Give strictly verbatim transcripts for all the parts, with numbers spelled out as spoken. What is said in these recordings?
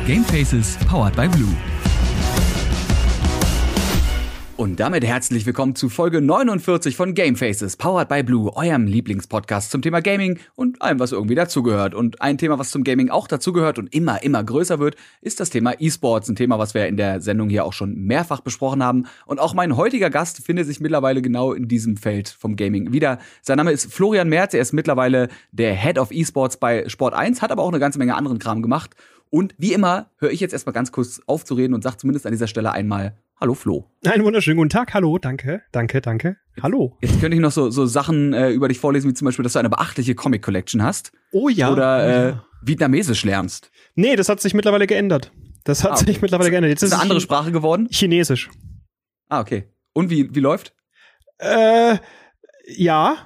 Gamefaces powered by Blue. Und damit herzlich willkommen zu Folge neunundvierzig von Gamefaces, powered by Blue, eurem Lieblingspodcast zum Thema Gaming und allem, was irgendwie dazugehört. Und ein Thema, was zum Gaming auch dazugehört und immer, immer größer wird, ist das Thema E-Sports. Ein Thema, was wir in der Sendung hier auch schon mehrfach besprochen haben. Und auch mein heutiger Gast findet sich mittlerweile genau in diesem Feld vom Gaming wieder. Sein Name ist Florian Merz, er ist mittlerweile der Head of E-Sports bei Sport eins, hat aber auch eine ganze Menge anderen Kram gemacht. Und wie immer höre ich jetzt erstmal ganz kurz aufzureden und sage zumindest an dieser Stelle einmal Hallo Flo. Einen wunderschönen guten Tag, hallo, danke, danke, danke, hallo. Jetzt könnte ich noch so, so Sachen äh, über dich vorlesen, wie zum Beispiel, dass du eine beachtliche Comic-Collection hast. Oh ja. Oder oh äh, ja. Vietnamesisch lernst. Nee, das hat sich mittlerweile geändert. Das hat ah, okay. sich mittlerweile geändert. Jetzt ist es eine andere Sprache geworden? Chinesisch. Ah, okay. Und wie, wie läuft? Äh, ja.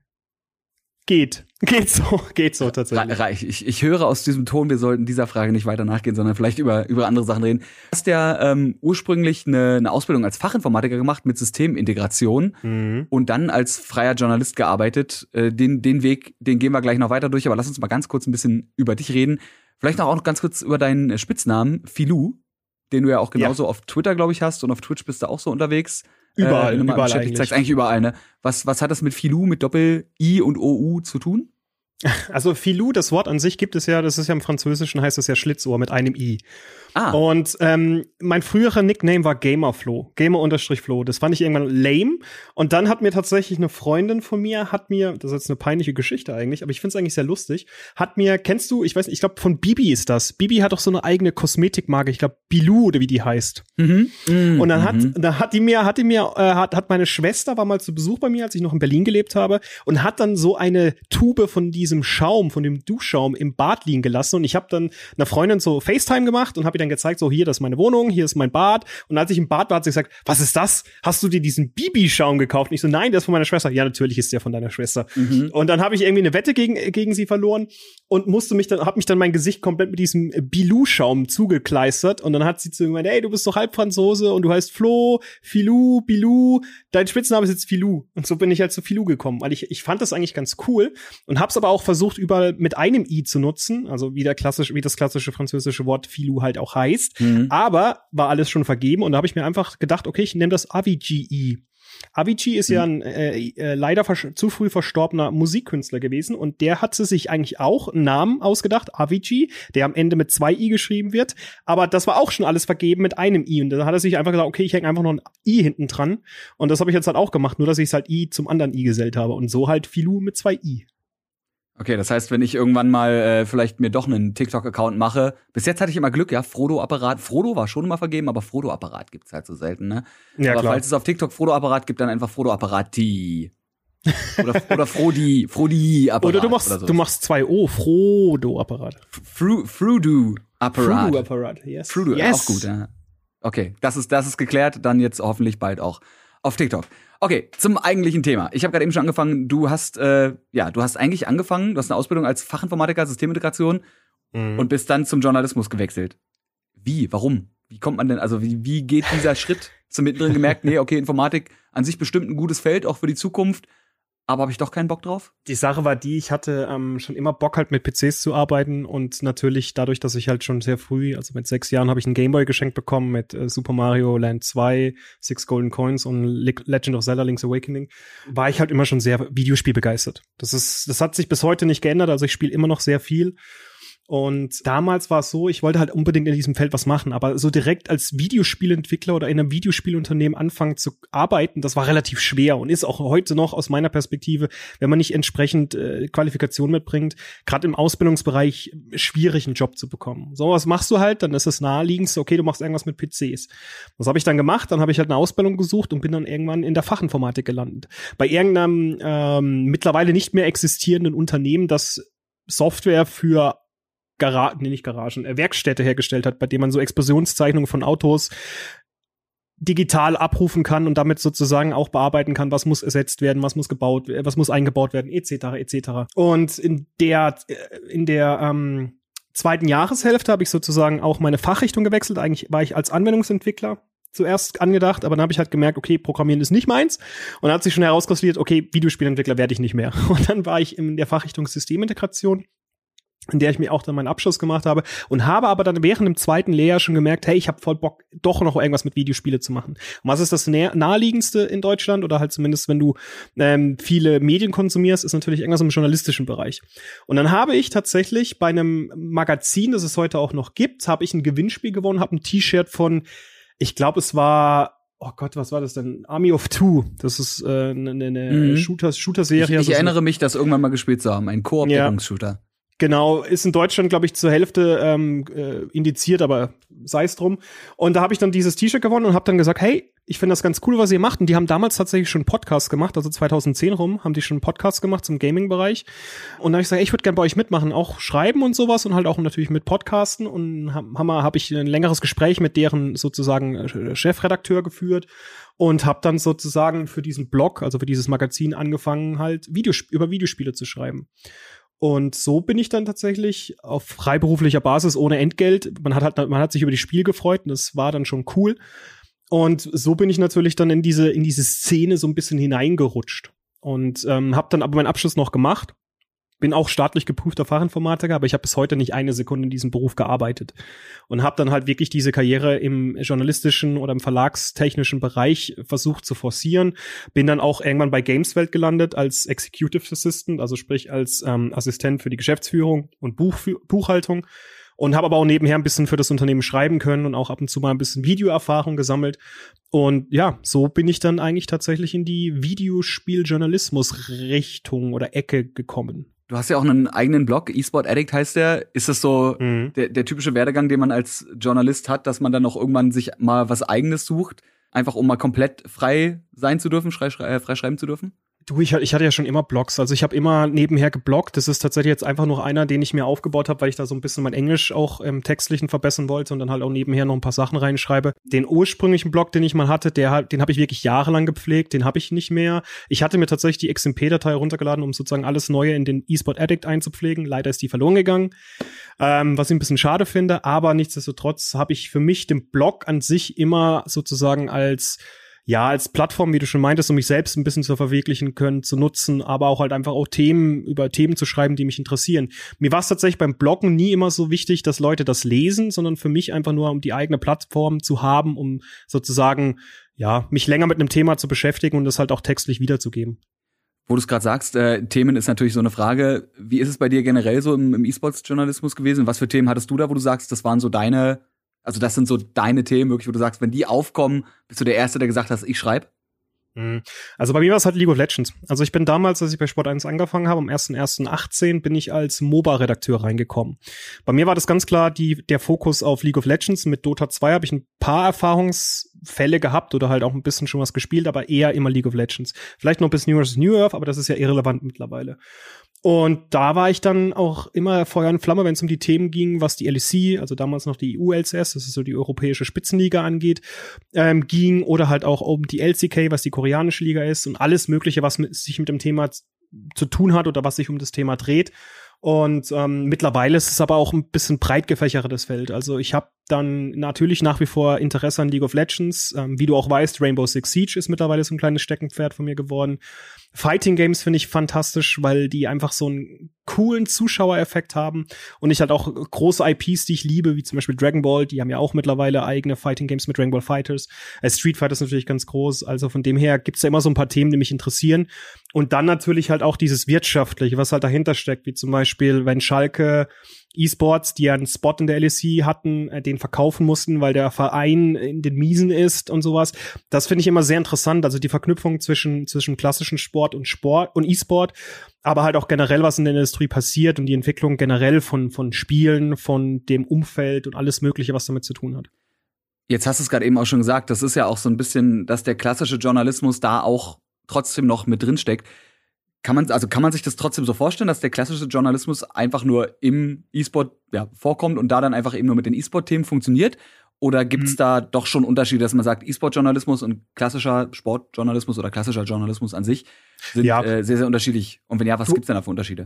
Geht. Geht so, geht so tatsächlich. Reich. Ich, ich höre aus diesem Ton, wir sollten dieser Frage nicht weiter nachgehen, sondern vielleicht über, über andere Sachen reden. Du hast ja ähm, ursprünglich eine, eine Ausbildung als Fachinformatiker gemacht mit Systemintegration mhm. und dann als freier Journalist gearbeitet. Äh, den, den Weg, den gehen wir gleich noch weiter durch, aber lass uns mal ganz kurz ein bisschen über dich reden. Vielleicht noch auch noch ganz kurz über deinen Spitznamen, Filou, den du ja auch genauso ja. auf Twitter, glaube ich, hast und auf Twitch bist du auch so unterwegs. Überall, äh, überall Chat, eigentlich. Ich zeig's eigentlich überall, ne? Was, was hat das mit Filou, mit Doppel-I und O-U zu tun? Also Filou, das Wort an sich gibt es ja, das ist ja im Französischen, heißt das ja Schlitzohr mit einem I. Ah. Und ähm, mein früherer Nickname war Gamerflo, Gamer-Flo. Das fand ich irgendwann lame. Und dann hat mir tatsächlich eine Freundin von mir, hat mir, das ist jetzt eine peinliche Geschichte eigentlich, aber ich finde es eigentlich sehr lustig, hat mir, kennst du, ich weiß nicht, ich glaube von Bibi ist das. Bibi hat auch so eine eigene Kosmetikmarke, ich glaube Bilou oder wie die heißt. Mhm. Mhm. Und dann hat, dann hat die mir, hat die mir, äh, hat, hat meine Schwester, war mal zu Besuch bei mir, als ich noch in Berlin gelebt habe, und hat dann so eine Tube von diesem Schaum, von dem Duschschaum im Bad liegen gelassen. Und ich habe dann einer Freundin so FaceTime gemacht und habe ihr dann gezeigt, so hier, das ist meine Wohnung, hier ist mein Bad. Und als ich im Bad war, hat sie gesagt, was ist das? Hast du dir diesen Bibi-Schaum gekauft? Und ich so, nein, der ist von meiner Schwester. Ja, natürlich ist der von deiner Schwester. Mhm. Und dann habe ich irgendwie eine Wette gegen gegen sie verloren und musste mich dann, hab mich dann mein Gesicht komplett mit diesem Bilou-Schaum zugekleistert. Und dann hat sie zu mir gemeint, ey, du bist doch Halbfranzose und du heißt Flo, Filou, Bilou. Dein Spitzname ist jetzt Filou. Und so bin ich halt zu Filou gekommen, weil ich ich fand das eigentlich ganz cool und hab's aber auch versucht, überall mit einem I zu nutzen, also wie der klassische, wie das klassische französische Wort Filou halt auch heißt. Mhm. Aber war alles schon vergeben und da habe ich mir einfach gedacht, okay, ich nenne das Avicii. Avicii ist mhm. ja ein äh, äh, leider vers- zu früh verstorbener Musikkünstler gewesen und der hat sich eigentlich auch einen Namen ausgedacht, Avicii, der am Ende mit zwei I geschrieben wird, aber das war auch schon alles vergeben mit einem I und da hat er sich einfach gesagt, okay, ich hänge einfach noch ein I hinten dran und das habe ich jetzt halt auch gemacht, nur dass ich es halt I zum anderen I gesellt habe und so halt Filou mit zwei I. Okay, das heißt, wenn ich irgendwann mal äh, vielleicht mir doch einen TikTok-Account mache, bis jetzt hatte ich immer Glück, ja, Frodo-Apparat. Frodo war schon immer vergeben, aber Frodo-Apparat gibt's halt so selten, ne? Ja, aber klar. Falls es auf TikTok Frodo-Apparat gibt, dann einfach Frodo-Apparati. oder, oder Frodi, Frodi-Apparat. Oder du machst, oder du machst zwei O, Frodo-Apparat. Fru- Frodo-Apparat. Frodo-Apparat, yes. Frodo, yes. auch gut, ja. Okay, das ist, das ist geklärt, dann jetzt hoffentlich bald auch auf TikTok. Okay, zum eigentlichen Thema. Ich habe gerade eben schon angefangen, du hast, äh, ja, du hast eigentlich angefangen, du hast eine Ausbildung als Fachinformatiker, Systemintegration mhm. und bist dann zum Journalismus gewechselt. Wie? Warum? Wie kommt man denn, also wie, wie geht dieser Schritt? Hast du mittendrin gemerkt, nee, okay, Informatik an sich bestimmt ein gutes Feld, auch für die Zukunft, aber habe ich doch keinen Bock drauf? Die Sache war die, ich hatte ähm, schon immer Bock halt mit P Cs zu arbeiten und natürlich dadurch, dass ich halt schon sehr früh, also mit sechs Jahren habe ich einen Gameboy geschenkt bekommen mit äh, Super Mario Land zwei, Six Golden Coins und Le- Legend of Zelda Link's Awakening, war ich halt immer schon sehr Videospielbegeistert. Das ist, das hat sich bis heute nicht geändert, also ich spiele immer noch sehr viel. Und damals war es so, ich wollte halt unbedingt in diesem Feld was machen, aber so direkt als Videospielentwickler oder in einem Videospielunternehmen anfangen zu arbeiten, das war relativ schwer und ist auch heute noch aus meiner Perspektive, wenn man nicht entsprechend äh, Qualifikation mitbringt, gerade im Ausbildungsbereich schwierig, einen Job zu bekommen. So, was machst du halt? Dann ist es naheliegend, okay, du machst irgendwas mit P Cs. Was habe ich dann gemacht? Dann habe ich halt eine Ausbildung gesucht und bin dann irgendwann in der Fachinformatik gelandet. Bei irgendeinem ähm, mittlerweile nicht mehr existierenden Unternehmen, das Software für Garagen, nee, nicht Garagen, äh, Werkstätte hergestellt hat, bei dem man so Explosionszeichnungen von Autos digital abrufen kann und damit sozusagen auch bearbeiten kann, was muss ersetzt werden, was muss gebaut, was muss eingebaut werden, et cetera, et cetera. Und in der in der ähm, zweiten Jahreshälfte habe ich sozusagen auch meine Fachrichtung gewechselt. Eigentlich war ich als Anwendungsentwickler zuerst angedacht, aber dann habe ich halt gemerkt, okay, Programmieren ist nicht meins. Und dann hat sich schon herauskristallisiert, okay, Videospielentwickler werde ich nicht mehr. Und dann war ich in der Fachrichtung Systemintegration in der ich mir auch dann meinen Abschluss gemacht habe und habe aber dann während dem zweiten Lehrjahr schon gemerkt, hey, ich habe voll Bock, doch noch irgendwas mit Videospiele zu machen. Und was ist das naheliegendste in Deutschland oder halt zumindest, wenn du ähm, viele Medien konsumierst, ist natürlich irgendwas im journalistischen Bereich. Und dann habe ich tatsächlich bei einem Magazin, das es heute auch noch gibt, habe ich ein Gewinnspiel gewonnen, habe ein T-Shirt von, ich glaube, es war oh Gott, was war das denn? Army of Two. Das ist äh, eine, eine mhm. Shooter, Shooter-Serie. Ich, ich erinnere mich, das irgendwann mal gespielt zu haben. Ein Koop-Shooter. Ja. Genau, ist in Deutschland, glaube ich, zur Hälfte ähm, äh, indiziert, aber sei es drum. Und da habe ich dann dieses T-Shirt gewonnen und habe dann gesagt, hey, ich finde das ganz cool, was ihr macht. Und die haben damals tatsächlich schon Podcasts gemacht, also zweitausendzehn rum, haben die schon Podcasts gemacht zum Gaming-Bereich. Und dann habe ich gesagt, ey, ich würde gerne bei euch mitmachen, auch schreiben und sowas und halt auch natürlich mit Podcasten. Und habe hab ich ein längeres Gespräch mit deren sozusagen Chefredakteur geführt und habe dann sozusagen für diesen Blog, also für dieses Magazin angefangen, halt Videosp- über Videospiele zu schreiben. Und so bin ich dann tatsächlich auf freiberuflicher Basis ohne Entgelt. Man hat halt, man hat sich über die Spiele gefreut und das war dann schon cool. Und so bin ich natürlich dann in diese in diese Szene so ein bisschen hineingerutscht und ähm, habe dann aber meinen Abschluss noch gemacht. Bin auch staatlich geprüfter Fachinformatiker, aber ich habe bis heute nicht eine Sekunde in diesem Beruf gearbeitet und habe dann halt wirklich diese Karriere im journalistischen oder im verlagstechnischen Bereich versucht zu forcieren. Bin dann auch irgendwann bei Gameswelt gelandet als Executive Assistant, also sprich als ähm, Assistent für die Geschäftsführung und Buch, Buchhaltung und habe aber auch nebenher ein bisschen für das Unternehmen schreiben können und auch ab und zu mal ein bisschen Videoerfahrung gesammelt. Und ja, so bin ich dann eigentlich tatsächlich in die Videospiel-Journalismus-Richtung oder Ecke gekommen. Du hast ja auch einen eigenen Blog, eSport Addict heißt der. Ist das so mhm. der, der typische Werdegang, den man als Journalist hat, dass man dann auch irgendwann sich mal was Eigenes sucht, einfach um mal komplett frei sein zu dürfen, frei, äh, frei schreiben zu dürfen? Du, ich, ich hatte ja schon immer Blogs, also ich habe immer nebenher gebloggt. Das ist tatsächlich jetzt einfach nur einer, den ich mir aufgebaut habe, weil ich da so ein bisschen mein Englisch auch im Textlichen verbessern wollte und dann halt auch nebenher noch ein paar Sachen reinschreibe. Den ursprünglichen Blog, den ich mal hatte, der den habe ich wirklich jahrelang gepflegt, den habe ich nicht mehr. Ich hatte mir tatsächlich die X M P-Datei runtergeladen, um sozusagen alles Neue in den eSport Addict einzupflegen. Leider ist die verloren gegangen, ähm, was ich ein bisschen schade finde, aber nichtsdestotrotz habe ich für mich den Blog an sich immer sozusagen als ja, als Plattform, wie du schon meintest, um mich selbst ein bisschen zu verwirklichen können, zu nutzen, aber auch halt einfach auch Themen, über Themen zu schreiben, die mich interessieren. Mir war es tatsächlich beim Bloggen nie immer so wichtig, dass Leute das lesen, sondern für mich einfach nur, um die eigene Plattform zu haben, um sozusagen, ja, mich länger mit einem Thema zu beschäftigen und das halt auch textlich wiederzugeben. Wo du es gerade sagst, äh, Themen ist natürlich so eine Frage. Wie ist es bei dir generell so im, im E-Sports-Journalismus gewesen? Was für Themen hattest du da, wo du sagst, das waren so deine Also das sind so deine Themen wirklich, wo du sagst, wenn die aufkommen, bist du der Erste, der gesagt hat, ich schreibe? Also bei mir war es halt League of Legends. Also ich bin damals, als ich bei Sport eins angefangen habe, am erster erster achtzehn bin ich als MOBA-Redakteur reingekommen. Bei mir war das ganz klar die, der Fokus auf League of Legends. Mit Dota zwei habe ich ein paar Erfahrungsfälle gehabt oder halt auch ein bisschen schon was gespielt, aber eher immer League of Legends. Vielleicht noch bis New versus. New Earth, aber das ist ja irrelevant mittlerweile. Und da war ich dann auch immer Feuer und Flamme, wenn es um die Themen ging, was die L E C, also damals noch die E U L C S, das ist so die europäische Spitzenliga angeht, ähm, ging, oder halt auch um die L C K, was die koreanische Liga ist, und alles Mögliche, was mit, sich mit dem Thema zu tun hat oder was sich um das Thema dreht. Und ähm, mittlerweile ist es aber auch ein bisschen breit gefächertes Feld. Also ich habe dann natürlich nach wie vor Interesse an League of Legends. Ähm, wie du auch weißt, Rainbow Six Siege ist mittlerweile so ein kleines Steckenpferd von mir geworden. Fighting Games finde ich fantastisch, weil die einfach so einen coolen Zuschauereffekt haben. Und ich halt auch große I Ps, die ich liebe, wie zum Beispiel Dragon Ball. Die haben ja auch mittlerweile eigene Fighting Games mit Dragon Ball Fighters. Äh, Street Fighter ist natürlich ganz groß. Also von dem her gibt's da immer so ein paar Themen, die mich interessieren. Und dann natürlich halt auch dieses Wirtschaftliche, was halt dahinter steckt, wie zum Beispiel, wenn Schalke E-Sports, die ja einen Spot in der L E C hatten, äh, den verkaufen mussten, weil der Verein in den Miesen ist und sowas. Das finde ich immer sehr interessant. Also die Verknüpfung zwischen zwischen klassischen Sport und Sport und E-Sport, aber halt auch generell, was in der Industrie passiert und die Entwicklung generell von von Spielen, von dem Umfeld und alles Mögliche, was damit zu tun hat. Jetzt hast du es gerade eben auch schon gesagt, das ist ja auch so ein bisschen, dass der klassische Journalismus da auch trotzdem noch mit drin steckt. Kann man, also kann man sich das trotzdem so vorstellen, dass der klassische Journalismus einfach nur im E-Sport ja, vorkommt und da dann einfach eben nur mit den E-Sport-Themen funktioniert? Oder gibt's mhm. da doch schon Unterschiede, dass man sagt, E-Sport-Journalismus und klassischer Sportjournalismus oder klassischer Journalismus an sich sind ja. äh, sehr, sehr unterschiedlich? Und wenn ja, was du, gibt's denn da für Unterschiede?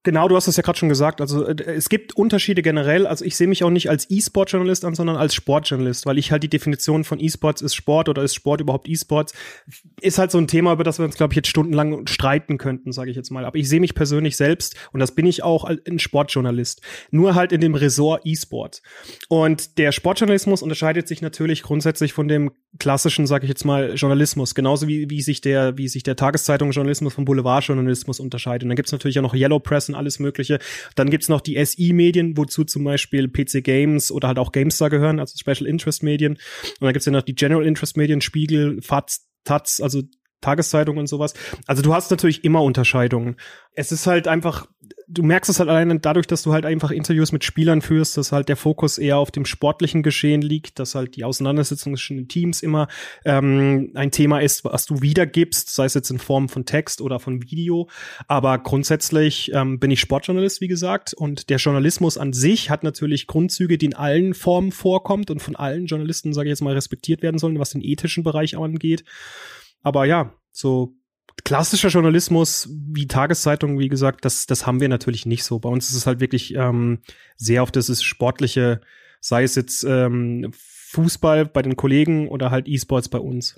Genau, du hast es ja gerade schon gesagt. Also es gibt Unterschiede generell. Also ich sehe mich auch nicht als E-Sport-Journalist an, sondern als Sportjournalist, weil ich halt die Definition von E-Sports ist Sport oder ist Sport überhaupt E-Sports, ist halt so ein Thema, über das wir uns, glaube ich, jetzt stundenlang streiten könnten, sage ich jetzt mal. Aber ich sehe mich persönlich selbst, und das bin ich auch, als ein Sportjournalist. Nur halt in dem Ressort E-Sport. Und der Sportjournalismus unterscheidet sich natürlich grundsätzlich von dem klassischen, sage ich jetzt mal, Journalismus. Genauso wie, wie sich der, wie sich der Tageszeitung-Journalismus vom Boulevardjournalismus unterscheidet. Und dann gibt's natürlich auch noch Yellow Press und alles Mögliche. Dann gibt's noch die S I-Medien, wozu zum Beispiel P C Games oder halt auch GameStar gehören, also Special Interest Medien. Und dann gibt's ja noch die General Interest Medien, Spiegel, F A Z, Taz, also Tageszeitung und sowas. Also du hast natürlich immer Unterscheidungen. Es ist halt einfach, du merkst es halt alleine dadurch, dass du halt einfach Interviews mit Spielern führst, dass halt der Fokus eher auf dem sportlichen Geschehen liegt, dass halt die Auseinandersetzung zwischen den Teams immer ähm, ein Thema ist, was du wiedergibst, sei es jetzt in Form von Text oder von Video. Aber grundsätzlich ähm, bin ich Sportjournalist, wie gesagt, und der Journalismus an sich hat natürlich Grundzüge, die in allen Formen vorkommt und von allen Journalisten, sage ich jetzt mal, respektiert werden sollen, was den ethischen Bereich angeht. Aber ja, so klassischer Journalismus wie Tageszeitungen, wie gesagt, das das haben wir natürlich nicht so. Bei uns ist es halt wirklich ähm, sehr auf das ist Sportliche, sei es jetzt ähm, Fußball bei den Kollegen oder halt E-Sports bei uns.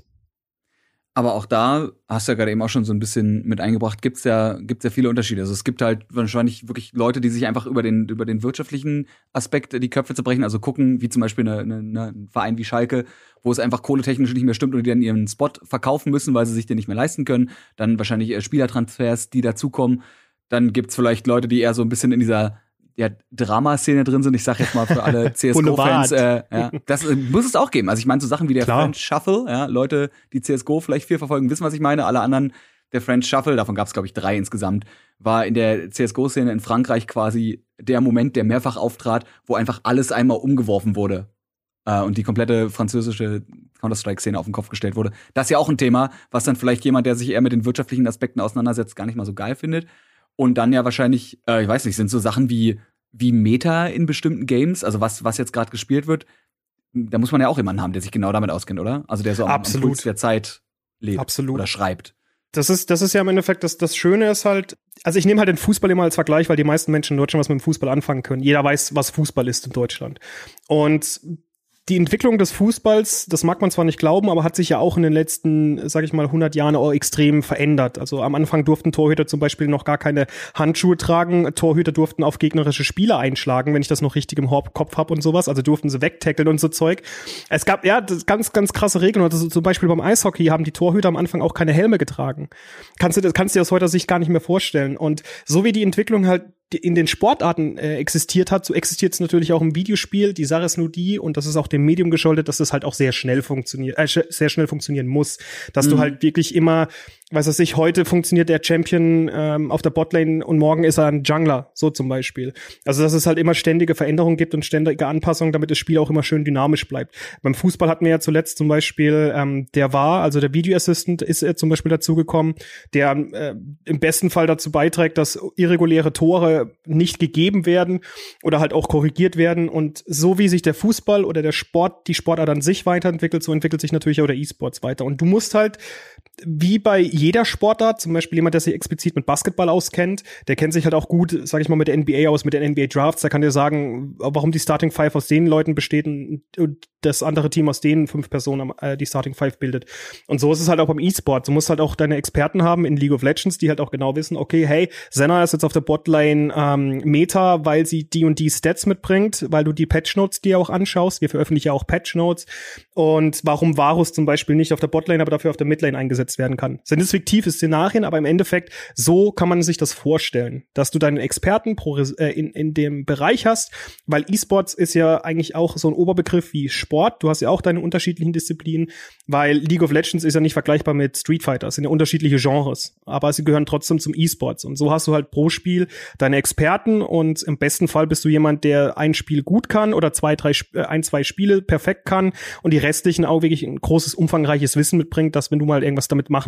Aber auch da, hast du ja gerade eben auch schon so ein bisschen mit eingebracht, gibt's ja, gibt's ja viele Unterschiede. Also es gibt halt wahrscheinlich wirklich Leute, die sich einfach über den, über den wirtschaftlichen Aspekt die Köpfe zerbrechen, also gucken, wie zum Beispiel eine, eine, eine, ein Verein wie Schalke, wo es einfach kohletechnisch nicht mehr stimmt und die dann ihren Spot verkaufen müssen, weil sie sich den nicht mehr leisten können. Dann wahrscheinlich äh, Spielertransfers, die dazukommen. Dann gibt's vielleicht Leute, die eher so ein bisschen in dieser ja, Drama-Szene drin sind. Ich sag jetzt mal für alle C S G O-Fans, äh, ja, das äh, muss es auch geben. Also ich meine so Sachen wie der Klar. French Shuffle, ja, Leute, die C S G O vielleicht viel verfolgen, wissen, was ich meine. Alle anderen, der French Shuffle, davon gab es glaube ich drei insgesamt, war in der C S G O-Szene in Frankreich quasi der Moment, der mehrfach auftrat, wo einfach alles einmal umgeworfen wurde äh, und die komplette französische Counter-Strike-Szene auf den Kopf gestellt wurde. Das ist ja auch ein Thema, was dann vielleicht jemand, der sich eher mit den wirtschaftlichen Aspekten auseinandersetzt, gar nicht mal so geil findet. Und dann ja wahrscheinlich, äh, ich weiß nicht, sind so Sachen wie wie Meta in bestimmten Games, also was was jetzt gerade gespielt wird, da muss man ja auch jemanden haben, der sich genau damit auskennt, oder? Also der so am, am Puls der Zeit lebt Absolut. Oder schreibt. Das ist, das ist ja im Endeffekt, das, das Schöne ist halt, also ich nehme halt den Fußball immer als Vergleich, weil die meisten Menschen in Deutschland was mit dem Fußball anfangen können. Jeder weiß, was Fußball ist in Deutschland. Und die Entwicklung des Fußballs, das mag man zwar nicht glauben, aber hat sich ja auch in den letzten, sag ich mal, hundert Jahren auch extrem verändert. Also am Anfang durften Torhüter zum Beispiel noch gar keine Handschuhe tragen. Torhüter durften auf gegnerische Spieler einschlagen, wenn ich das noch richtig im Kopf habe und sowas. Also durften sie wegtackeln und so Zeug. Es gab ja ganz, ganz krasse Regeln. Also zum Beispiel beim Eishockey haben die Torhüter am Anfang auch keine Helme getragen. Kannst du das kannst du dir aus heutiger Sicht gar nicht mehr vorstellen. Und so wie die Entwicklung halt in den Sportarten äh, existiert hat, so existiert es natürlich auch im Videospiel. Die Sache ist nur die, und das ist auch dem Medium geschuldet, dass das halt auch sehr schnell funktioniert, äh, sehr schnell funktionieren muss. Dass mhm. du halt wirklich immer, weiß was ich, heute funktioniert der Champion ähm, auf der Botlane und morgen ist er ein Jungler, so zum Beispiel. Also dass es halt immer ständige Veränderungen gibt und ständige Anpassungen, damit das Spiel auch immer schön dynamisch bleibt. Beim Fußball hatten wir ja zuletzt zum Beispiel, ähm, der war, also der Video Assistant ist äh, zum Beispiel dazugekommen, der äh, im besten Fall dazu beiträgt, dass irreguläre Tore nicht gegeben werden oder halt auch korrigiert werden. Und so wie sich der Fußball oder der Sport, die Sportart an sich weiterentwickelt, so entwickelt sich natürlich auch der E-Sports weiter. Und du musst halt, wie bei jeder Sportart, zum Beispiel jemand, der sich explizit mit Basketball auskennt, der kennt sich halt auch gut, sag ich mal, mit der N B A aus, mit den N B A Drafts, der kann dir sagen, warum die Starting Five aus den Leuten besteht und das andere Team aus den fünf Personen äh, die Starting Five bildet. Und so ist es halt auch beim E-Sport. Du musst halt auch deine Experten haben in League of Legends, die halt auch genau wissen, okay, hey, Senna ist jetzt auf der Botlane ähm, Meta, weil sie die und die Stats mitbringt, weil du die Patch Notes dir auch anschaust. Wir veröffentlichen ja auch Patch Notes. Und warum Varus zum Beispiel nicht auf der Botlane, aber dafür auf der Midlane eingesetzt werden kann. Sind es fiktive Szenarien, aber im Endeffekt, so kann man sich das vorstellen, dass du deinen Experten pro, äh, in, in dem Bereich hast, weil E-Sports ist ja eigentlich auch so ein Oberbegriff wie Sport. Du hast ja auch deine unterschiedlichen Disziplinen, weil League of Legends ist ja nicht vergleichbar mit Street Fighter. Es sind ja unterschiedliche Genres, aber sie gehören trotzdem zum E-Sports. Und so hast du halt pro Spiel deine Experten und im besten Fall bist du jemand, der ein Spiel gut kann oder zwei, drei, ein, zwei Spiele perfekt kann und die restlichen auch wirklich ein großes, umfangreiches Wissen mitbringt, dass wenn du mal irgendwas damit machen musst,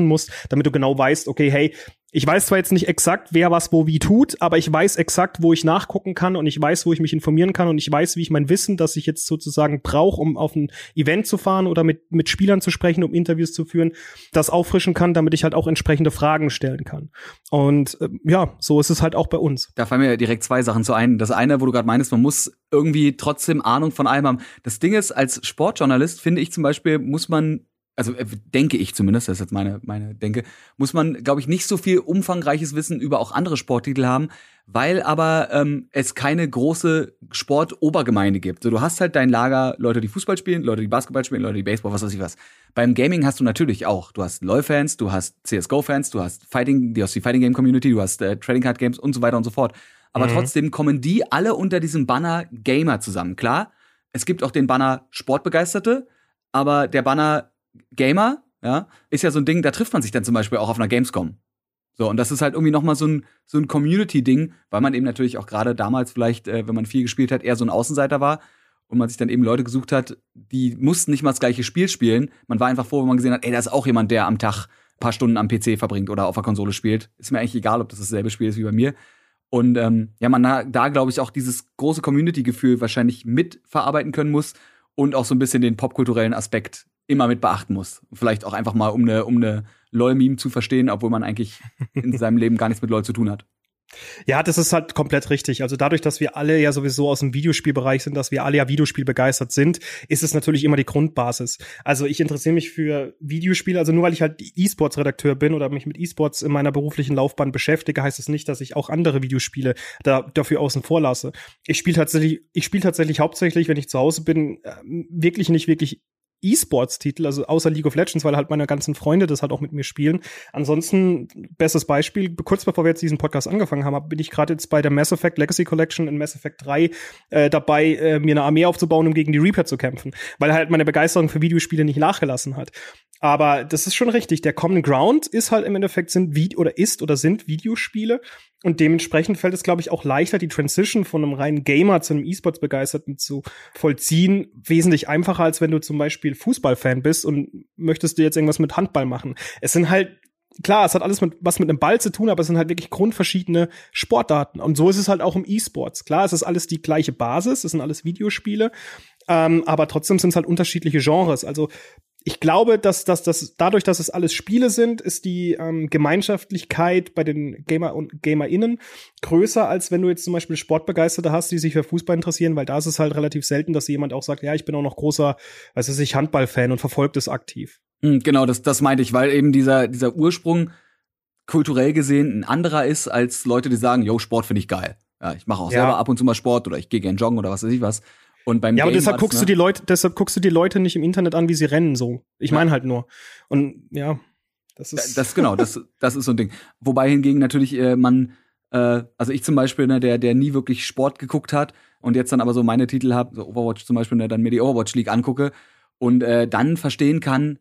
damit du genau weißt, okay, hey, ich weiß zwar jetzt nicht exakt, wer was wo wie tut, aber ich weiß exakt, wo ich nachgucken kann und ich weiß, wo ich mich informieren kann und ich weiß, wie ich mein Wissen, das ich jetzt sozusagen brauche, um auf ein Event zu fahren oder mit mit Spielern zu sprechen, um Interviews zu führen, das auffrischen kann, damit ich halt auch entsprechende Fragen stellen kann. Und äh, ja, so ist es halt auch bei uns. Da fallen mir direkt zwei Sachen zu ein. Das eine, wo du gerade meinst, man muss irgendwie trotzdem Ahnung von allem haben. Das Ding ist, als Sportjournalist, finde ich zum Beispiel, muss man also äh, denke ich zumindest, das ist jetzt meine meine Denke, muss man, glaube ich, nicht so viel umfangreiches Wissen über auch andere Sporttitel haben, weil aber ähm, es keine große Sportobergemeinde gibt. So, du hast halt dein Lager, Leute, die Fußball spielen, Leute, die Basketball spielen, Leute, die Baseball, was weiß ich was. Beim Gaming hast du natürlich auch, du hast LoL-Fans, du hast C S G O-Fans, du hast Fighting, du hast die Fighting Game Community, du hast äh, Trading Card Games und so weiter und so fort. Aber mhm. trotzdem kommen die alle unter diesem Banner Gamer zusammen. Klar, es gibt auch den Banner Sportbegeisterte, aber der Banner Gamer, ja, ist ja so ein Ding, da trifft man sich dann zum Beispiel auch auf einer Gamescom. So, und das ist halt irgendwie nochmal so ein, so ein Community-Ding, weil man eben natürlich auch gerade damals vielleicht, äh, wenn man viel gespielt hat, eher so ein Außenseiter war und man sich dann eben Leute gesucht hat, die mussten nicht mal das gleiche Spiel spielen. Man war einfach froh, wenn man gesehen hat, ey, da ist auch jemand, der am Tag ein paar Stunden am P C verbringt oder auf der Konsole spielt. Ist mir eigentlich egal, ob das dasselbe Spiel ist wie bei mir. Und ähm, ja, man da, da glaube ich, auch dieses große Community-Gefühl wahrscheinlich mitverarbeiten können muss und auch so ein bisschen den popkulturellen Aspekt immer mit beachten muss. Vielleicht auch einfach mal, um eine um eine LOL-Meme zu verstehen, obwohl man eigentlich in seinem Leben gar nichts mit LOL zu tun hat. Ja, das ist halt komplett richtig. Also dadurch, dass wir alle ja sowieso aus dem Videospielbereich sind, dass wir alle ja Videospiel begeistert sind, ist es natürlich immer die Grundbasis. Also ich interessiere mich für Videospiele, also nur weil ich halt E-Sports-Redakteur bin oder mich mit E-Sports in meiner beruflichen Laufbahn beschäftige, heißt es nicht, dass ich auch andere Videospiele da, dafür außen vor lasse. Ich spiele tatsächlich, ich spiele tatsächlich hauptsächlich, wenn ich zu Hause bin, wirklich nicht wirklich E-Sports-Titel, also außer League of Legends, weil halt meine ganzen Freunde das halt auch mit mir spielen. Ansonsten, bestes Beispiel, kurz bevor wir jetzt diesen Podcast angefangen haben, bin ich gerade jetzt bei der Mass Effect Legacy Collection in Mass Effect drei äh, dabei, äh, mir eine Armee aufzubauen, um gegen die Reaper zu kämpfen, weil halt meine Begeisterung für Videospiele nicht nachgelassen hat. Aber das ist schon richtig, der Common Ground ist halt im Endeffekt sind Vide- oder ist oder sind Videospiele und dementsprechend fällt es, glaube ich, auch leichter, die Transition von einem reinen Gamer zu einem E-Sports-Begeisterten zu vollziehen, wesentlich einfacher, als wenn du zum Beispiel Fußballfan bist und möchtest du jetzt irgendwas mit Handball machen. Es sind halt klar, es hat alles mit, was mit einem Ball zu tun, aber es sind halt wirklich grundverschiedene Sportarten. Und so ist es halt auch im E-Sports. Klar, es ist alles die gleiche Basis, es sind alles Videospiele, ähm, aber trotzdem sind es halt unterschiedliche Genres. Also ich glaube, dass, dass, dass dadurch, dass es alles Spiele sind, ist die ähm, Gemeinschaftlichkeit bei den Gamer und GamerInnen größer, als wenn du jetzt zum Beispiel Sportbegeisterte hast, die sich für Fußball interessieren, weil da ist es halt relativ selten, dass jemand auch sagt, ja, ich bin auch noch großer, was weiß ich, Handballfan und verfolgt es aktiv. Genau, das, das meinte ich, weil eben dieser, dieser Ursprung kulturell gesehen ein anderer ist, als Leute, die sagen, yo, Sport finde ich geil. Ja, ich mache auch ja. selber ab und zu mal Sport oder ich gehe gern joggen oder was weiß ich was. Und beim ja, aber Game deshalb guckst ne? du die Leute, deshalb guckst du die Leute nicht im Internet an, wie sie rennen, so. Ich meine ja. halt nur. Und ja, das ist. Das genau, das, das ist so ein Ding. Wobei hingegen natürlich äh, man, äh, also ich zum Beispiel, ne, der, der nie wirklich Sport geguckt hat und jetzt dann aber so meine Titel hab, so Overwatch zum Beispiel, ne, dann mir die Overwatch League angucke und äh, dann verstehen kann,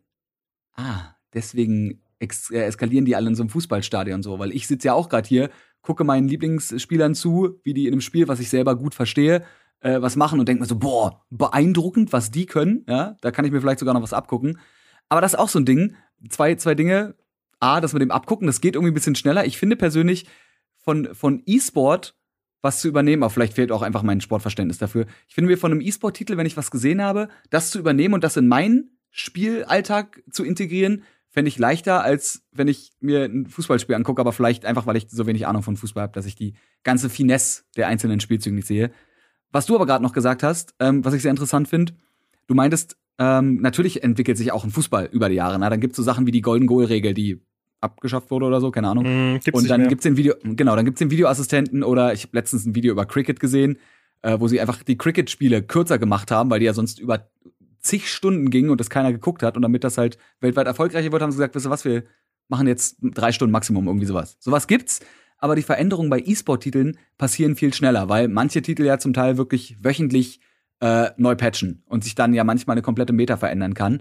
ah, deswegen ex- äh, eskalieren die alle in so einem Fußballstadion so, weil ich sitze ja auch gerade hier, gucke meinen Lieblingsspielern zu, wie die in einem Spiel, was ich selber gut verstehe, äh, was machen und denke mir so, boah, beeindruckend, was die können, ja, da kann ich mir vielleicht sogar noch was abgucken. Aber das ist auch so ein Ding, zwei, zwei Dinge, A, das mit dem Abgucken, das geht irgendwie ein bisschen schneller. Ich finde persönlich, von, von E-Sport was zu übernehmen, aber vielleicht fehlt auch einfach mein Sportverständnis dafür. Ich finde mir von einem E-Sport-Titel, wenn ich was gesehen habe, das zu übernehmen und das in meinen Spielalltag zu integrieren, fände ich leichter, als wenn ich mir ein Fußballspiel angucke, aber vielleicht einfach, weil ich so wenig Ahnung von Fußball habe, dass ich die ganze Finesse der einzelnen Spielzüge nicht sehe. Was du aber gerade noch gesagt hast, ähm, was ich sehr interessant finde, du meintest, ähm, natürlich entwickelt sich auch ein Fußball über die Jahre. Na? Dann gibt's so Sachen wie die Golden Goal-Regel, die abgeschafft wurde oder so, keine Ahnung. Mm, und dann gibt's den Video, genau, dann gibt's den Videoassistenten oder ich habe letztens ein Video über Cricket gesehen, äh, wo sie einfach die Cricket-Spiele kürzer gemacht haben, weil die ja sonst über zig Stunden gingen und das keiner geguckt hat. Und damit das halt weltweit erfolgreicher wird, haben sie gesagt, wisst ihr was, wir machen jetzt drei Stunden Maximum, irgendwie sowas. Sowas gibt's, aber die Veränderungen bei E-Sport-Titeln passieren viel schneller, weil manche Titel ja zum Teil wirklich wöchentlich äh, neu patchen und sich dann ja manchmal eine komplette Meta verändern kann.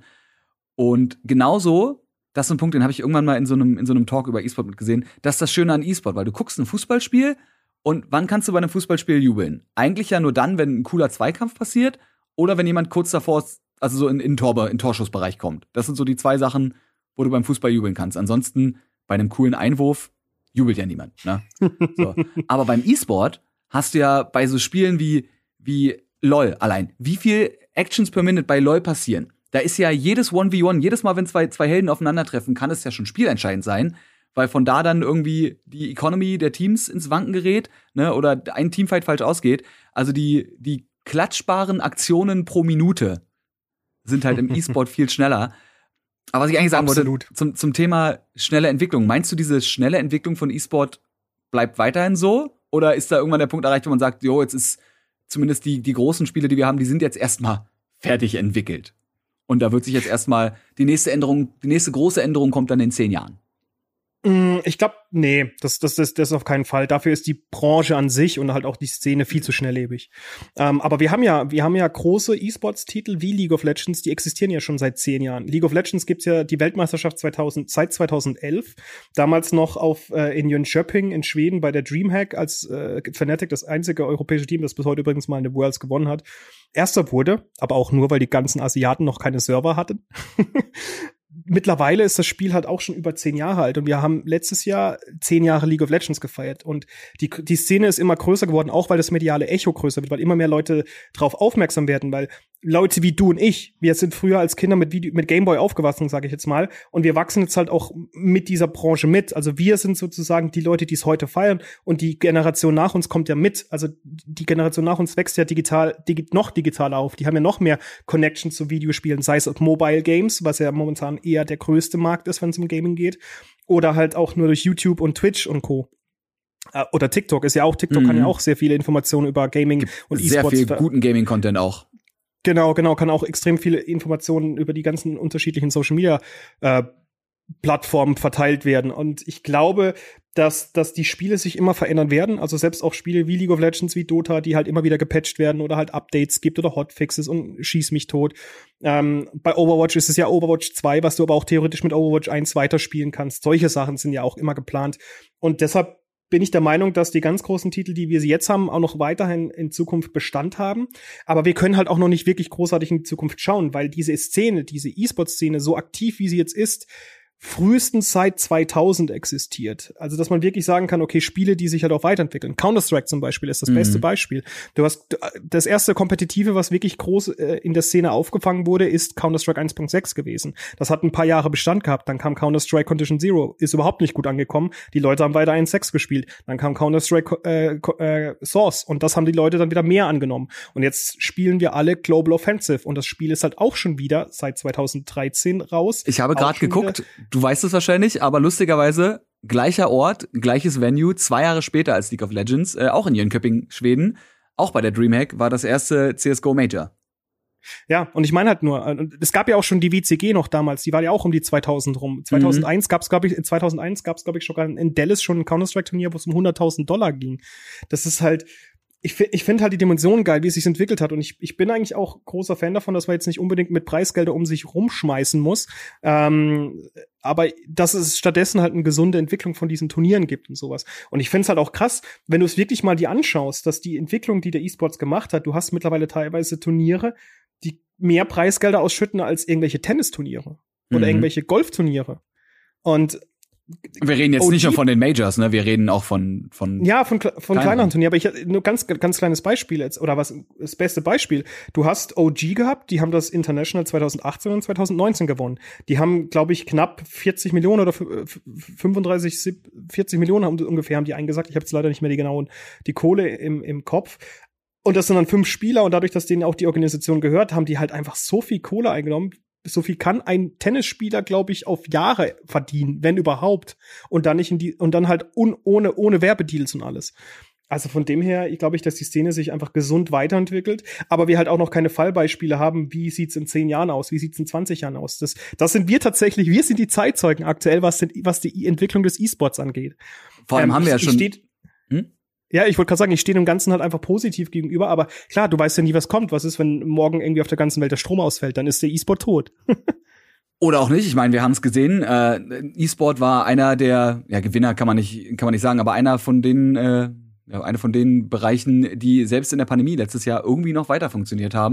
Und genauso, das ist ein Punkt, den habe ich irgendwann mal in so einem in so einem Talk über E-Sport mitgesehen, das ist das Schöne an E-Sport, weil du guckst ein Fußballspiel und wann kannst du bei einem Fußballspiel jubeln? Eigentlich ja nur dann, wenn ein cooler Zweikampf passiert oder wenn jemand kurz davor ist, also so in, in, Tor, in Torschussbereich kommt. Das sind so die zwei Sachen, wo du beim Fußball jubeln kannst. Ansonsten bei einem coolen Einwurf jubelt ja niemand. Ne? So. Aber beim E-Sport hast du ja bei so Spielen wie, wie LOL allein, wie viel Actions per Minute bei LOL passieren. Da ist ja jedes eins gegen eins, jedes Mal, wenn zwei, zwei Helden aufeinandertreffen, kann es ja schon spielentscheidend sein, weil von da dann irgendwie die Economy der Teams ins Wanken gerät, ne, oder ein Teamfight falsch ausgeht. Also die, die klatschbaren Aktionen pro Minute sind halt im E-Sport viel schneller. Aber was ich eigentlich sagen Absolut. wollte, zum, zum Thema schnelle Entwicklung. Meinst du, diese schnelle Entwicklung von E-Sport bleibt weiterhin so? Oder ist da irgendwann der Punkt erreicht, wo man sagt, jo, jetzt ist zumindest die, die großen Spiele, die wir haben, die sind jetzt erstmal fertig entwickelt. Und da wird sich jetzt erstmal die nächste Änderung, die nächste große Änderung kommt dann in zehn Jahren. Ich glaube, nee, das, das, das, das auf keinen Fall. Dafür ist die Branche an sich und halt auch die Szene viel zu schnelllebig. Ähm, aber wir haben ja, wir haben ja große E-Sports-Titel wie League of Legends, die existieren ja schon seit zehn Jahren. League of Legends gibt's ja die Weltmeisterschaft zweitausend, seit zweitausendelf, damals noch auf äh, in Jönköping in Schweden bei der Dreamhack, als äh, Fnatic das einzige europäische Team, das bis heute übrigens mal eine Worlds gewonnen hat, erster wurde, aber auch nur, weil die ganzen Asiaten noch keine Server hatten. Mittlerweile ist das Spiel halt auch schon über zehn Jahre alt und wir haben letztes Jahr zehn Jahre League of Legends gefeiert und die, die Szene ist immer größer geworden, auch weil das mediale Echo größer wird, weil immer mehr Leute drauf aufmerksam werden, weil Leute wie du und ich, wir sind früher als Kinder mit Video, mit Gameboy aufgewachsen, sage ich jetzt mal, und wir wachsen jetzt halt auch mit dieser Branche mit. Also wir sind sozusagen die Leute, die es heute feiern und die Generation nach uns kommt ja mit. Also die Generation nach uns wächst ja digital, digi- noch digitaler auf. Die haben ja noch mehr Connections zu Videospielen, sei es Mobile Games, was ja momentan eher der größte Markt ist, wenn es um Gaming geht, oder halt auch nur durch YouTube und Twitch und Co. Oder TikTok ist ja auch, TikTok mhm. kann ja auch sehr viele Informationen über Gaming Gibt und E-Sports. Sehr viel guten Gaming-Content auch. Genau, genau, kann auch extrem viele Informationen über die ganzen unterschiedlichen Social Media äh, Plattformen verteilt werden. Und ich glaube, dass, dass die Spiele sich immer verändern werden. Also selbst auch Spiele wie League of Legends, wie Dota, die halt immer wieder gepatcht werden oder halt Updates gibt oder Hotfixes und schieß mich tot. Ähm, bei Overwatch ist es ja Overwatch zwei, was du aber auch theoretisch mit Overwatch eins weiterspielen kannst. Solche Sachen sind ja auch immer geplant. Und deshalb bin ich der Meinung, dass die ganz großen Titel, die wir sie jetzt haben, auch noch weiterhin in Zukunft Bestand haben. Aber wir können halt auch noch nicht wirklich großartig in die Zukunft schauen, weil diese Szene, diese E-Sport-Szene, so aktiv wie sie jetzt ist, frühestens seit zweitausend existiert. Also, dass man wirklich sagen kann, okay, Spiele, die sich halt auch weiterentwickeln. Counter-Strike zum Beispiel ist das mhm. beste Beispiel. Du hast das erste Kompetitive, was wirklich groß äh, in der Szene aufgefangen wurde, ist Counter-Strike eins Punkt sechs gewesen. Das hat ein paar Jahre Bestand gehabt. Dann kam Counter-Strike Condition Zero, ist überhaupt nicht gut angekommen. Die Leute haben weiter eins Punkt sechs gespielt. Dann kam Counter-Strike äh, äh, Source und das haben die Leute dann wieder mehr angenommen. Und jetzt spielen wir alle Global Offensive und das Spiel ist halt auch schon wieder seit zweitausenddreizehn raus. Ich habe gerade geguckt, du weißt es wahrscheinlich, aber lustigerweise gleicher Ort, gleiches Venue, zwei Jahre später als League of Legends, äh, auch in Jönköping, Schweden, auch bei der Dreamhack, war das erste C S G O Major. Ja, und ich meine halt nur, es gab ja auch schon die W C G noch damals, die war ja auch um die zweitausend rum. zweitausendeins mhm. gab's, glaube ich, zweitausendeins gab's, glaube ich, sogar in Dallas schon ein Counter-Strike-Turnier, wo es um hunderttausend Dollar ging. Das ist halt, ich, ich finde halt die Dimension geil, wie es sich entwickelt hat. Und ich, ich bin eigentlich auch großer Fan davon, dass man jetzt nicht unbedingt mit Preisgelder um sich rumschmeißen muss. Ähm, aber dass es stattdessen halt eine gesunde Entwicklung von diesen Turnieren gibt und sowas. Und ich finde es halt auch krass, wenn du es wirklich mal dir anschaust, dass die Entwicklung, die der E-Sports gemacht hat, du hast mittlerweile teilweise Turniere, die mehr Preisgelder ausschütten als irgendwelche Tennisturniere oder mhm. irgendwelche Golfturniere. Und wir reden jetzt O G nicht nur von den Majors, ne? Wir reden auch von von ja von von kleineren Turnieren. Aber ich nur ganz ganz kleines Beispiel jetzt oder was das beste Beispiel. Du hast O G gehabt, die haben das International zweitausendachtzehn und zweitausendneunzehn gewonnen. Die haben, glaube ich, knapp vierzig Millionen oder fünfunddreißig, vierzig Millionen haben ungefähr haben die eingesagt. Ich habe jetzt leider nicht mehr die genauen die Kohle im im Kopf. Und das sind dann fünf Spieler und dadurch, dass denen auch die Organisation gehört, haben die halt einfach so viel Kohle eingenommen. So viel kann ein Tennisspieler, glaube ich, auf Jahre verdienen, wenn überhaupt. Und dann nicht in die, und dann halt un, ohne, ohne Werbedeals und alles. Also von dem her, ich glaube ich, dass die Szene sich einfach gesund weiterentwickelt, aber wir halt auch noch keine Fallbeispiele haben, wie sieht's in zehn Jahren aus, wie sieht's in zwanzig Jahren aus. Das, das sind wir tatsächlich, wir sind die Zeitzeugen aktuell, was, den, was die Entwicklung des E-Sports angeht. Vor allem ähm, haben wir ja schon. Steht, hm? Ja, ich wollte gerade sagen, ich stehe dem Ganzen halt einfach positiv gegenüber, aber klar, du weißt ja nie, was kommt. Was ist, wenn morgen irgendwie auf der ganzen Welt der Strom ausfällt? Dann ist der E-Sport tot. Oder auch nicht. Ich meine, wir haben es gesehen. Äh, E-Sport war einer der ja, Gewinner, kann man nicht, kann man nicht sagen, aber einer von den, äh, ja, einer von den Bereichen, die selbst in der Pandemie letztes Jahr irgendwie noch weiter funktioniert haben.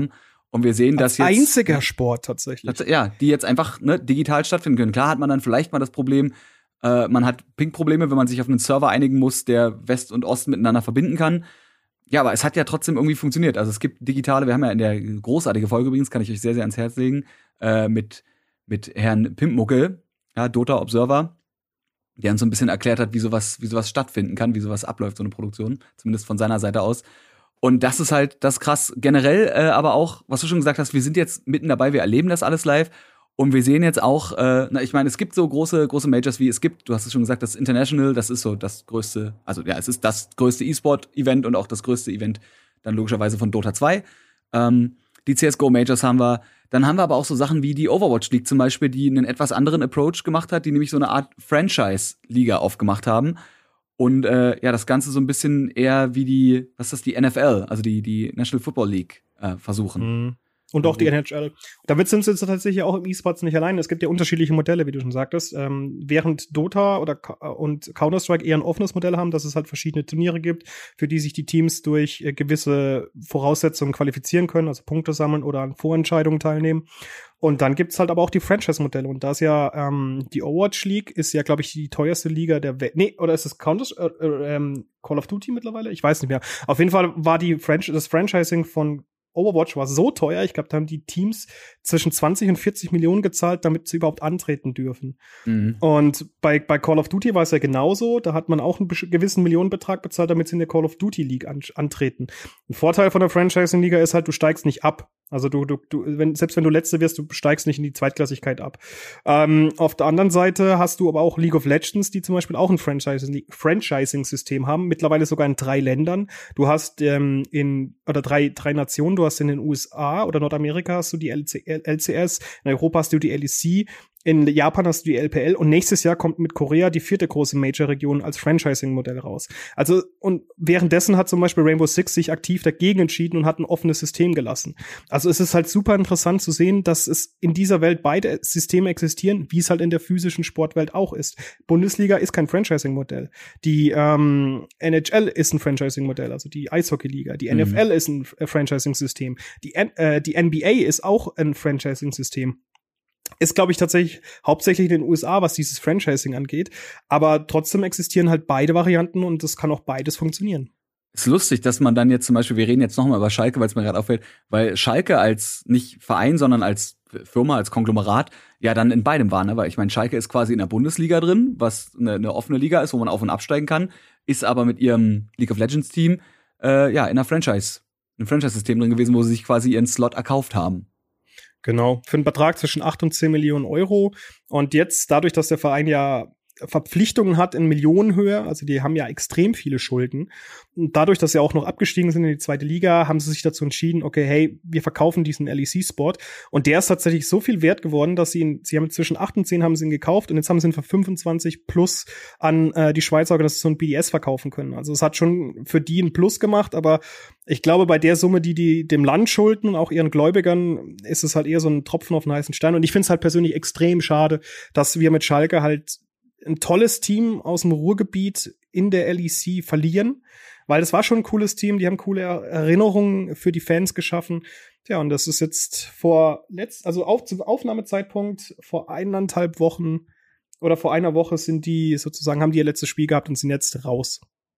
Und wir sehen, dass jetzt einziger Sport tatsächlich. Ja, die jetzt einfach ne, digital stattfinden können. Klar hat man dann vielleicht mal das Problem, äh, man hat Ping-Probleme, wenn man sich auf einen Server einigen muss, der West und Ost miteinander verbinden kann. Ja, aber es hat ja trotzdem irgendwie funktioniert. Also es gibt digitale, wir haben ja in der großartige Folge übrigens, kann ich euch sehr, sehr ans Herz legen, äh, mit, mit Herrn Pimpmuckel, ja, Dota Observer, der uns so ein bisschen erklärt hat, wie sowas, wie sowas stattfinden kann, wie sowas abläuft, so eine Produktion, zumindest von seiner Seite aus. Und das ist halt das krass. Generell, äh, aber auch, was du schon gesagt hast, wir sind jetzt mitten dabei, wir erleben das alles live. Und wir sehen jetzt auch, äh, na, ich meine, es gibt so große, große Majors wie es gibt, du hast es schon gesagt, das International, das ist so das größte, also ja, es ist das größte E-Sport-Event und auch das größte Event dann logischerweise von Dota zwei. Ähm, die C S G O Majors haben wir. Dann haben wir aber auch so Sachen wie die Overwatch League zum Beispiel, die einen etwas anderen Approach gemacht hat, die nämlich so eine Art Franchise-Liga aufgemacht haben. Und äh, ja, das Ganze so ein bisschen eher wie die, was ist das, die N F L, also die, die National Football League, äh, versuchen. Mhm. Und auch die N H L. Damit sind sie jetzt tatsächlich auch im E-Sports nicht alleine. Es gibt ja unterschiedliche Modelle, wie du schon sagtest. Ähm, während Dota oder und Counter-Strike eher ein offenes Modell haben, dass es halt verschiedene Turniere gibt, für die sich die Teams durch äh, gewisse Voraussetzungen qualifizieren können, also Punkte sammeln oder an Vorentscheidungen teilnehmen. Und dann gibt's halt aber auch die Franchise-Modelle. Und da ist ja ähm, die Overwatch League ist ja, glaube ich, die teuerste Liga der Welt. Nee, oder ist es Counter äh, äh, ähm, Call of Duty mittlerweile? Ich weiß nicht mehr. Auf jeden Fall war die Franch- das Franchising von Overwatch war so teuer, ich glaube, da haben die Teams zwischen zwanzig und vierzig Millionen gezahlt, damit sie überhaupt antreten dürfen. Mhm. Und bei, bei Call of Duty war es ja genauso, da hat man auch einen gewissen Millionenbetrag bezahlt, damit sie in der Call of Duty League an, antreten. Ein Vorteil von der Franchising-Liga ist halt, du steigst nicht ab. Also du, du, du, wenn, selbst wenn du Letzte wirst, du steigst nicht in die Zweitklassigkeit ab. Ähm, auf der anderen Seite hast du aber auch League of Legends, die zum Beispiel auch ein Franchising, Franchising-System haben, mittlerweile sogar in drei Ländern. Du hast ähm, in, oder drei, drei Nationen, du hast in den U S A oder Nordamerika hast du die L C S, in Europa hast du die L E C, in Japan hast du die L P L und nächstes Jahr kommt mit Korea die vierte große Major-Region als Franchising-Modell raus. Also, und währenddessen hat zum Beispiel Rainbow Six sich aktiv dagegen entschieden und hat ein offenes System gelassen. Also es ist halt super interessant zu sehen, dass es in dieser Welt beide Systeme existieren, wie es halt in der physischen Sportwelt auch ist. Bundesliga ist kein Franchising-Modell. Die ähm, N H L ist ein Franchising-Modell, also die Eishockey-Liga. Die mhm. N F L ist ein Franchising-System. Die, äh, die N B A ist auch ein Franchising-System. Ist, glaube ich, tatsächlich hauptsächlich in den U S A, was dieses Franchising angeht. Aber trotzdem existieren halt beide Varianten und es kann auch beides funktionieren. Ist lustig, dass man dann jetzt zum Beispiel, wir reden jetzt nochmal über Schalke, weil es mir gerade auffällt, weil Schalke als nicht Verein, sondern als Firma, als Konglomerat, ja dann in beidem war, ne? Weil ich meine, Schalke ist quasi in der Bundesliga drin, was eine, eine offene Liga ist, wo man auf- und absteigen kann, ist aber mit ihrem League of Legends Team äh, ja in einer Franchise, ein Franchise-System drin gewesen, wo sie sich quasi ihren Slot erkauft haben. Genau, für einen Betrag zwischen acht und zehn Millionen Euro. Und jetzt, dadurch, dass der Verein ja Verpflichtungen hat in Millionenhöhe, also die haben ja extrem viele Schulden. Und dadurch, dass sie auch noch abgestiegen sind in die zweite Liga, haben sie sich dazu entschieden, okay, hey, wir verkaufen diesen L E C-Spot. Und der ist tatsächlich so viel wert geworden, dass sie ihn, sie haben zwischen acht und zehn haben sie ihn gekauft und jetzt haben sie ihn für fünfundzwanzig plus an äh, die Schweizer Organisation B D S verkaufen können. Also es hat schon für die einen Plus gemacht, aber ich glaube, bei der Summe, die die dem Land schulden und auch ihren Gläubigern, ist es halt eher so ein Tropfen auf den heißen Stein. Und ich finde es halt persönlich extrem schade, dass wir mit Schalke halt ein tolles Team aus dem Ruhrgebiet in der L E C verlieren, weil das war schon ein cooles Team, die haben coole Erinnerungen für die Fans geschaffen. Ja, und das ist jetzt vor letzt, also auf, zum Aufnahmezeitpunkt vor eineinhalb Wochen oder vor einer Woche sind die sozusagen, haben die ihr letztes Spiel gehabt und sind jetzt raus.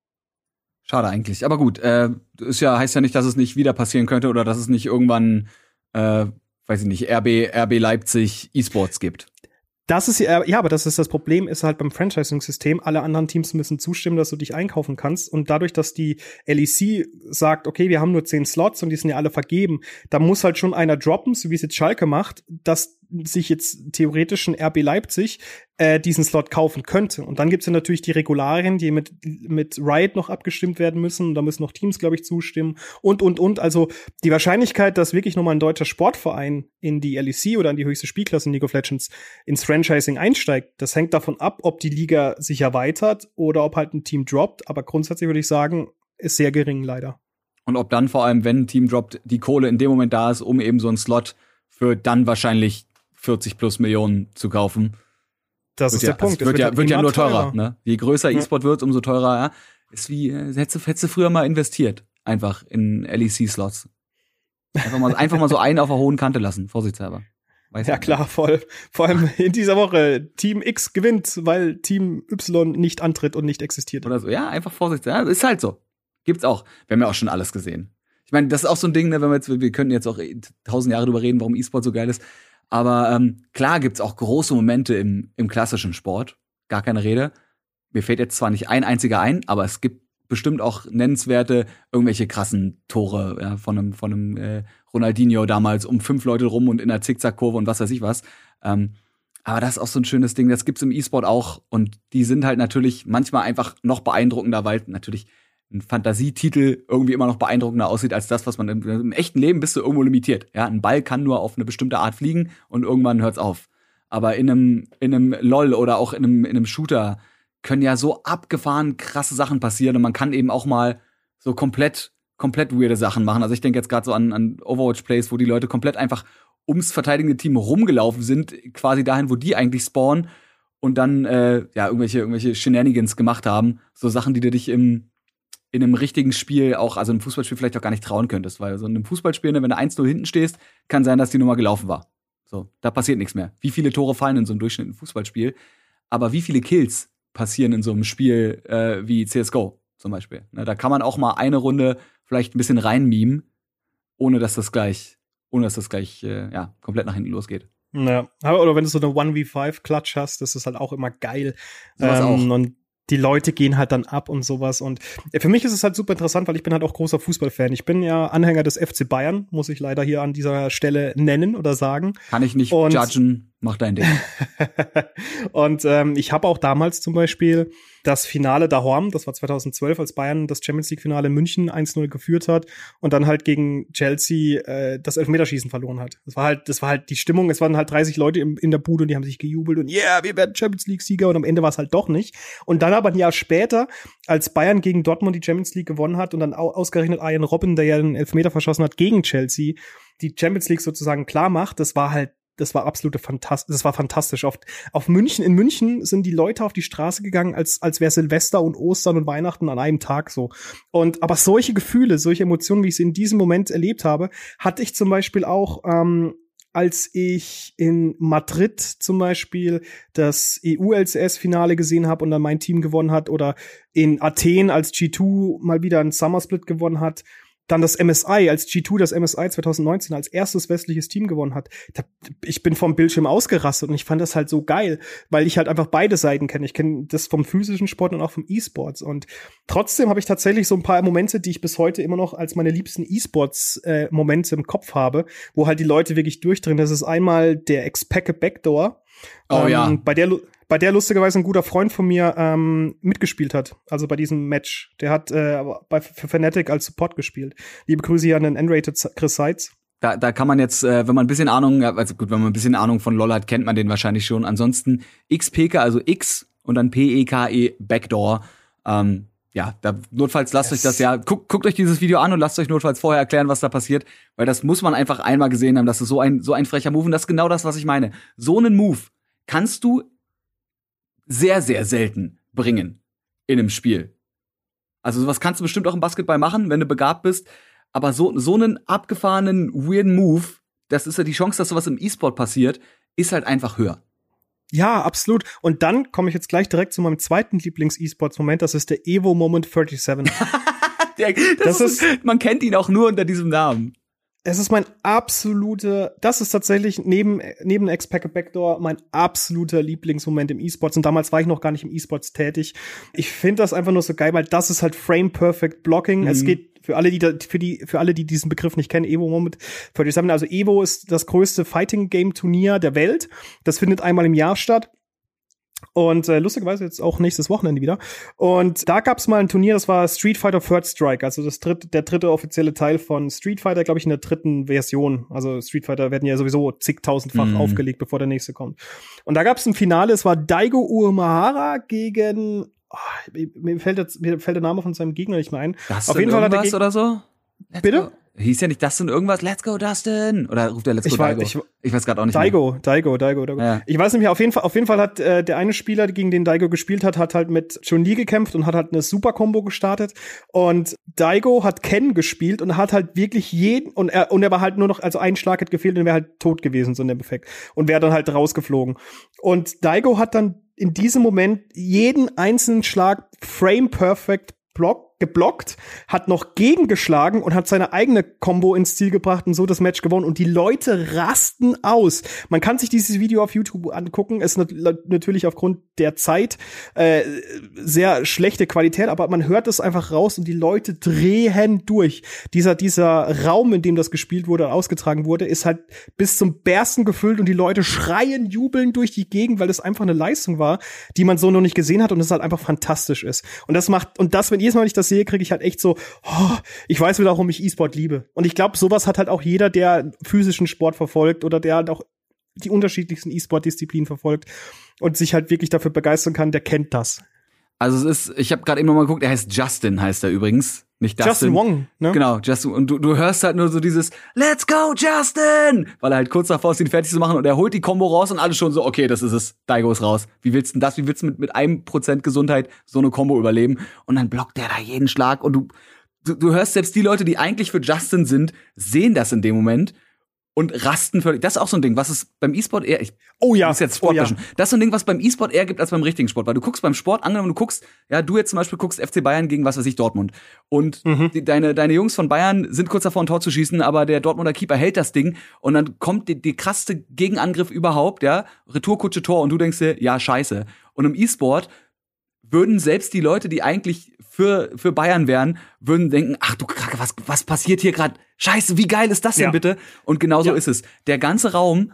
Schade eigentlich, aber gut, äh, ist ja, heißt ja nicht, dass es nicht wieder passieren könnte oder dass es nicht irgendwann, äh, weiß ich nicht, R B, R B Leipzig E-Sports gibt. Das ist ja, ja, aber das ist das Problem, ist halt beim Franchising-System, alle anderen Teams müssen zustimmen, dass du dich einkaufen kannst. Und dadurch, dass die L E C sagt, okay, wir haben nur zehn Slots und die sind ja alle vergeben, da muss halt schon einer droppen, so wie es jetzt Schalke macht, dass sich jetzt theoretisch ein R B Leipzig äh, diesen Slot kaufen könnte. Und dann gibt's ja natürlich die Regularien, die mit mit Riot noch abgestimmt werden müssen. Da müssen noch Teams, glaube ich, zustimmen. Und, und, und. Also die Wahrscheinlichkeit, dass wirklich nochmal ein deutscher Sportverein in die L E C oder in die höchste Spielklasse in League of Legends ins Franchising einsteigt, das hängt davon ab, ob die Liga sich erweitert oder ob halt ein Team droppt. Aber grundsätzlich würde ich sagen, ist sehr gering leider. Und ob dann vor allem, wenn ein Team droppt, die Kohle in dem Moment da ist, um eben so einen Slot für dann wahrscheinlich vierzig plus Millionen zu kaufen. Das ist ja, der Punkt. Das wird, ja, halt wird ja nur teurer. teurer. Ne? Je größer ja. E-Sport wird, umso teurer. Ja? Ist wie, äh, hättest du früher mal investiert. Einfach in L E C-Slots. Einfach mal, einfach mal so einen auf der hohen Kante lassen, vorsichtshalber. Weiß ja, klar, voll. Vor allem in dieser Woche. Team X gewinnt, weil Team Y nicht antritt und nicht existiert. Oder so. Ja, einfach vorsichtshalber. Ist halt so. Gibt's auch. Wir haben ja auch schon alles gesehen. Ich meine, das ist auch so ein Ding, ne, wenn wir jetzt, wir können jetzt auch tausend Jahre drüber reden, warum E-Sport so geil ist. Aber ähm, klar gibt's auch große Momente im, im klassischen Sport. Gar keine Rede. Mir fällt jetzt zwar nicht ein einziger ein, aber es gibt bestimmt auch nennenswerte, irgendwelche krassen Tore, ja, von einem, von einem äh, Ronaldinho damals um fünf Leute rum und in einer Zickzackkurve und was weiß ich was. Ähm, aber das ist auch so ein schönes Ding, das gibt's im E-Sport auch. Und die sind halt natürlich manchmal einfach noch beeindruckender, weil natürlich ein Fantasietitel irgendwie immer noch beeindruckender aussieht als das, was man im, im echten Leben bist du irgendwo limitiert. Ja, ein Ball kann nur auf eine bestimmte Art fliegen und irgendwann hört's auf. Aber in einem, in einem LOL oder auch in einem, in einem Shooter können ja so abgefahren krasse Sachen passieren und man kann eben auch mal so komplett, komplett weirde Sachen machen. Also ich denke jetzt gerade so an, an Overwatch-Plays, wo die Leute komplett einfach ums verteidigende Team rumgelaufen sind, quasi dahin, wo die eigentlich spawnen und dann äh, ja irgendwelche, irgendwelche Shenanigans gemacht haben. So Sachen, die du dich im, in einem richtigen Spiel auch, also im Fußballspiel vielleicht auch gar nicht trauen könntest, weil so in einem Fußballspiel, ne, wenn du eins null hinten stehst, kann sein, dass die Nummer gelaufen war. So, da passiert nichts mehr. Wie viele Tore fallen in so einem durchschnittlichen Fußballspiel? Aber wie viele Kills passieren in so einem Spiel äh, wie C S G O zum Beispiel? Ne, da kann man auch mal eine Runde vielleicht ein bisschen reinmimen, ohne dass das gleich, ohne dass das gleich äh, ja, komplett nach hinten losgeht. Ja, oder wenn du so eine eins gegen fünf Klatsch hast, das ist halt auch immer geil. Sowas ähm, auch. Und die Leute gehen halt dann ab und sowas. Und für mich ist es halt super interessant, weil ich bin halt auch großer Fußballfan. Ich bin ja Anhänger des F C Bayern, muss ich leider hier an dieser Stelle nennen oder sagen. Kann ich nicht und judgen, mach dein Ding. Und ähm, ich habe auch damals zum Beispiel das Finale daheim, das war zweitausendzwölf, als Bayern das Champions League-Finale in München eins null geführt hat und dann halt gegen Chelsea äh, das Elfmeterschießen verloren hat. Das war halt, das war halt die Stimmung, es waren halt dreißig Leute im, in der Bude und die haben sich gejubelt und yeah, wir werden Champions League-Sieger und am Ende war es halt doch nicht. Und dann aber ein Jahr später, als Bayern gegen Dortmund die Champions League gewonnen hat und dann au- ausgerechnet Arjen Robben, der ja den Elfmeter verschossen hat gegen Chelsea, die Champions League sozusagen klar macht, das war halt Das war absolute Fantastisch. Das war fantastisch. Auf, auf München, in München sind die Leute auf die Straße gegangen, als, als wäre Silvester und Ostern und Weihnachten an einem Tag so. Und, aber solche Gefühle, solche Emotionen, wie ich sie in diesem Moment erlebt habe, hatte ich zum Beispiel auch, ähm, als ich in Madrid zum Beispiel das E U-L C S-Finale gesehen habe und dann mein Team gewonnen hat oder in Athen, als G zwei mal wieder einen Summer Split gewonnen hat. Dann das M S I, als G zwei das M S I zwanzig neunzehn als erstes westliches Team gewonnen hat. Da, ich bin vom Bildschirm ausgerastet und ich fand das halt so geil, weil ich halt einfach beide Seiten kenne. Ich kenne das vom physischen Sport und auch vom E-Sports. Und trotzdem habe ich tatsächlich so ein paar Momente, die ich bis heute immer noch als meine liebsten E-Sports-Momente äh, im Kopf habe, wo halt die Leute wirklich durchdrehen. Das ist einmal der X-Packet Backdoor. Oh ähm, ja. Bei der bei der lustigerweise ein guter Freund von mir ähm, mitgespielt hat, also bei diesem Match. Der hat äh, bei für Fnatic als Support gespielt. Liebe Grüße hier an den N-Rated Chris Seitz. Da, da kann man jetzt, äh, wenn man ein bisschen Ahnung, also gut, wenn man ein bisschen Ahnung von LoL hat, kennt man den wahrscheinlich schon. Ansonsten X P K, also X und dann P E K E Backdoor. Ähm, ja, da notfalls lasst yes. euch das ja, guckt, guckt euch dieses Video an und lasst euch notfalls vorher erklären, was da passiert, weil das muss man einfach einmal gesehen haben. Das ist so ein so ein frecher Move und das ist genau das, was ich meine. So einen Move kannst du sehr, sehr selten bringen in einem Spiel. Also sowas kannst du bestimmt auch im Basketball machen, wenn du begabt bist. Aber so, so einen abgefahrenen, weirden Move, das ist ja die Chance, dass sowas im E-Sport passiert, ist halt einfach höher. Ja, absolut. Und dann komme ich jetzt gleich direkt zu meinem zweiten Lieblings-E-Sports-Moment. Das ist der Evo Moment siebenunddreißig. der, das, das ist, ist, man kennt ihn auch nur unter diesem Namen. Es ist mein absoluter, das ist tatsächlich neben neben X-Packet Backdoor mein absoluter Lieblingsmoment im E-Sports. Und damals war ich noch gar nicht im E-Sports tätig. Ich finde das einfach nur so geil, weil das ist halt Frame-Perfect Blocking. Mhm. Es geht für alle, die da, für die für alle, die diesen Begriff nicht kennen, Evo Moment siebenunddreißig. Also Evo ist das größte Fighting-Game-Turnier der Welt. Das findet einmal im Jahr statt. Und äh, lustigerweise jetzt auch nächstes Wochenende wieder. Und da gab's mal ein Turnier, das war Street Fighter Third Strike, also das dritte, der dritte offizielle Teil von Street Fighter, glaube ich, in der dritten Version. Also Street Fighter werden ja sowieso zigtausendfach mhm. aufgelegt, bevor der nächste kommt. Und da gab's ein Finale, es war Daigo Uemahara gegen, oh, mir fällt jetzt, mir fällt der Name von seinem Gegner nicht mehr ein. Hast Auf du jeden Fall hat er gegen, oder so? Bitte? hieß ja nicht Dustin irgendwas, let's go Dustin, oder ruft er let's go ich war, Daigo? Ich, ich weiß gerade auch nicht Daigo, mehr. Daigo, Daigo, Daigo. Ja. Ich weiß nicht mehr, auf jeden Fall, auf jeden Fall hat äh, der eine Spieler, gegen den Daigo gespielt hat, hat halt mit Chun-Li gekämpft und hat halt eine Super-Kombo gestartet und Daigo hat Ken gespielt und hat halt wirklich jeden, und er, und er war halt nur noch, also ein Schlag hat gefehlt und er wäre halt tot gewesen, so in dem Effekt, und wäre dann halt rausgeflogen. Und Daigo hat dann in diesem Moment jeden einzelnen Schlag frame perfect block, geblockt, hat noch gegengeschlagen und hat seine eigene Combo ins Ziel gebracht und so das Match gewonnen. Und die Leute rasten aus. Man kann sich dieses Video auf YouTube angucken. Ist nat- natürlich aufgrund der Zeit äh, sehr schlechte Qualität, aber man hört es einfach raus und die Leute drehen durch. Dieser dieser Raum, in dem das gespielt wurde und ausgetragen wurde, ist halt bis zum Bersten gefüllt und die Leute schreien, jubeln durch die Gegend, weil es einfach eine Leistung war, die man so noch nicht gesehen hat und es halt einfach fantastisch ist. Und das macht, und das, wenn jedes Mal, wenn ich das sehe, kriege ich halt echt so, oh, ich weiß wieder, warum ich E-Sport liebe. Und ich glaube, sowas hat halt auch jeder, der physischen Sport verfolgt oder der halt auch die unterschiedlichsten E-Sport-Disziplinen verfolgt und sich halt wirklich dafür begeistern kann, der kennt das. Also es ist, ich habe gerade eben noch mal geguckt, er heißt Justin, heißt er übrigens. Nicht Dustin. Justin Wong, ne? Genau, Justin. Und du, du hörst halt nur so dieses Let's go, Justin! Weil er halt kurz davor ist, ihn fertig zu machen und er holt die Combo raus und alle schon so, okay, das ist es, Daigo ist raus. Wie willst du denn das, wie willst du mit, mit einem Prozent Gesundheit so eine Combo überleben? Und dann blockt der da jeden Schlag und du, du, du hörst selbst die Leute, die eigentlich für Justin sind, sehen das in dem Moment und rasten völlig. Das ist auch so ein Ding, was es beim E-Sport eher, ich, oh ja, das ist jetzt Sport oh ja. Das ist so ein Ding, was beim E-Sport eher gibt als beim richtigen Sport, weil du guckst beim Sport, angenommen du guckst, ja, du jetzt zum Beispiel guckst F C Bayern gegen, was weiß ich, Dortmund und Mhm. die, deine, deine Jungs von Bayern sind kurz davor, ein Tor zu schießen, aber der Dortmunder Keeper hält das Ding und dann kommt die, die krasseste Gegenangriff überhaupt, ja, Retourkutsche Tor und du denkst dir, ja, scheiße. Und im E-Sport würden selbst die Leute, die eigentlich für, für Bayern wären, würden denken, ach du Kacke, was, was passiert hier gerade? Scheiße, wie geil ist das denn Ja. bitte? Und genau so Ja. ist es. Der ganze Raum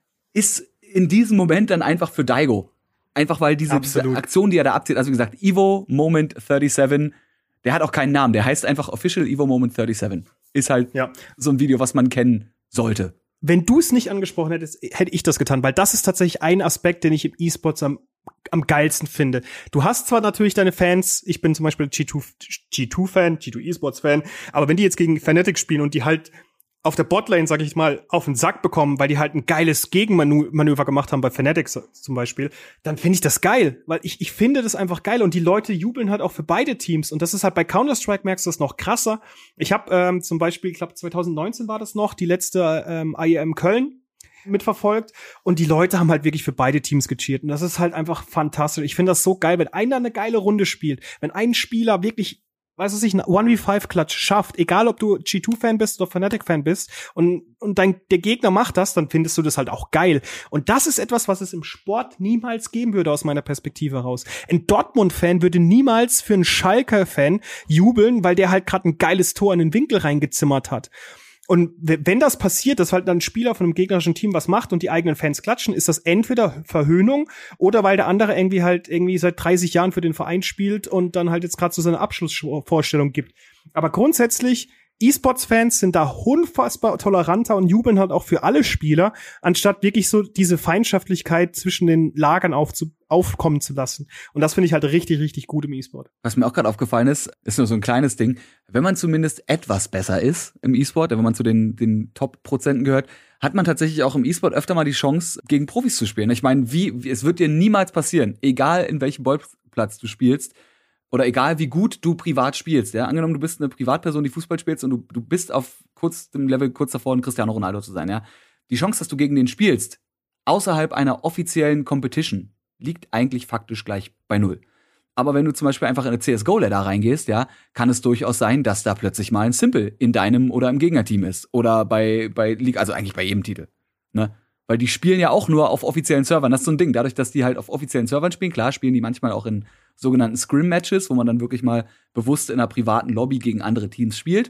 ist in diesem Moment dann einfach für Daigo. Einfach weil diese, diese Absolut. Aktion, die er da abzieht, also wie gesagt, Evo Moment siebenunddreißig, der hat auch keinen Namen, der heißt einfach Official Evo Moment siebenunddreißig. Ist halt Ja. so ein Video, was man kennen sollte. Wenn du es nicht angesprochen hättest, hätte ich das getan, weil das ist tatsächlich ein Aspekt, den ich im E-Sports am am geilsten finde. Du hast zwar natürlich deine Fans, ich bin zum Beispiel G zwei, G zwei Fan, G zwei E-Sports Fan, aber wenn die jetzt gegen Fnatic spielen und die halt auf der Botlane, sag ich mal, auf den Sack bekommen, weil die halt ein geiles Gegenmanöver gemacht haben bei Fnatic zum Beispiel, dann finde ich das geil, weil ich ich finde das einfach geil und die Leute jubeln halt auch für beide Teams und das ist halt bei Counter-Strike merkst du das noch krasser. Ich habe ähm, zum Beispiel, ich glaube zwanzig neunzehn war das noch, die letzte ähm, I E M Köln mitverfolgt und die Leute haben halt wirklich für beide Teams gecheert und das ist halt einfach fantastisch. Ich finde das so geil, wenn einer eine geile Runde spielt, wenn ein Spieler wirklich, weiß ich nicht, einen eins gegen fünf Klatsch schafft, egal ob du G zwei Fan bist oder Fnatic Fan bist und und dein der Gegner macht das, dann findest du das halt auch geil. Und das ist etwas, was es im Sport niemals geben würde aus meiner Perspektive heraus. Ein Dortmund-Fan würde niemals für einen Schalke-Fan jubeln, weil der halt gerade ein geiles Tor in den Winkel reingezimmert hat. Und wenn das passiert, dass halt dann ein Spieler von einem gegnerischen Team was macht und die eigenen Fans klatschen, ist das entweder Verhöhnung oder weil der andere irgendwie halt irgendwie seit dreißig Jahren für den Verein spielt und dann halt jetzt gerade so seine Abschlussvorstellung gibt. Aber grundsätzlich, E-Sports-Fans sind da unfassbar toleranter und jubeln halt auch für alle Spieler, anstatt wirklich so diese Feindschaftlichkeit zwischen den Lagern aufzu- aufkommen zu lassen. Und das finde ich halt richtig, richtig gut im E-Sport. Was mir auch gerade aufgefallen ist, ist nur so ein kleines Ding. Wenn man zumindest etwas besser ist im E-Sport, wenn man zu den, den Top-Prozenten gehört, hat man tatsächlich auch im E-Sport öfter mal die Chance, gegen Profis zu spielen. Ich meine, wie, wie, es wird dir niemals passieren, egal in welchem Ballplatz du spielst, oder egal wie gut du privat spielst, ja. Angenommen, du bist eine Privatperson, die Fußball spielst und du, du bist auf kurz dem Level kurz davor, ein Cristiano Ronaldo zu sein, ja. Die Chance, dass du gegen den spielst, außerhalb einer offiziellen Competition, liegt eigentlich faktisch gleich bei null. Aber wenn du zum Beispiel einfach in eine C S G O-Ladder reingehst, ja, kann es durchaus sein, dass da plötzlich mal ein Simple in deinem oder im Gegnerteam ist. Oder bei, bei League, also eigentlich bei jedem Titel, ne. Weil die spielen ja auch nur auf offiziellen Servern. Das ist so ein Ding. Dadurch, dass die halt auf offiziellen Servern spielen, klar, spielen die manchmal auch in sogenannten Scrim-Matches, wo man dann wirklich mal bewusst in einer privaten Lobby gegen andere Teams spielt.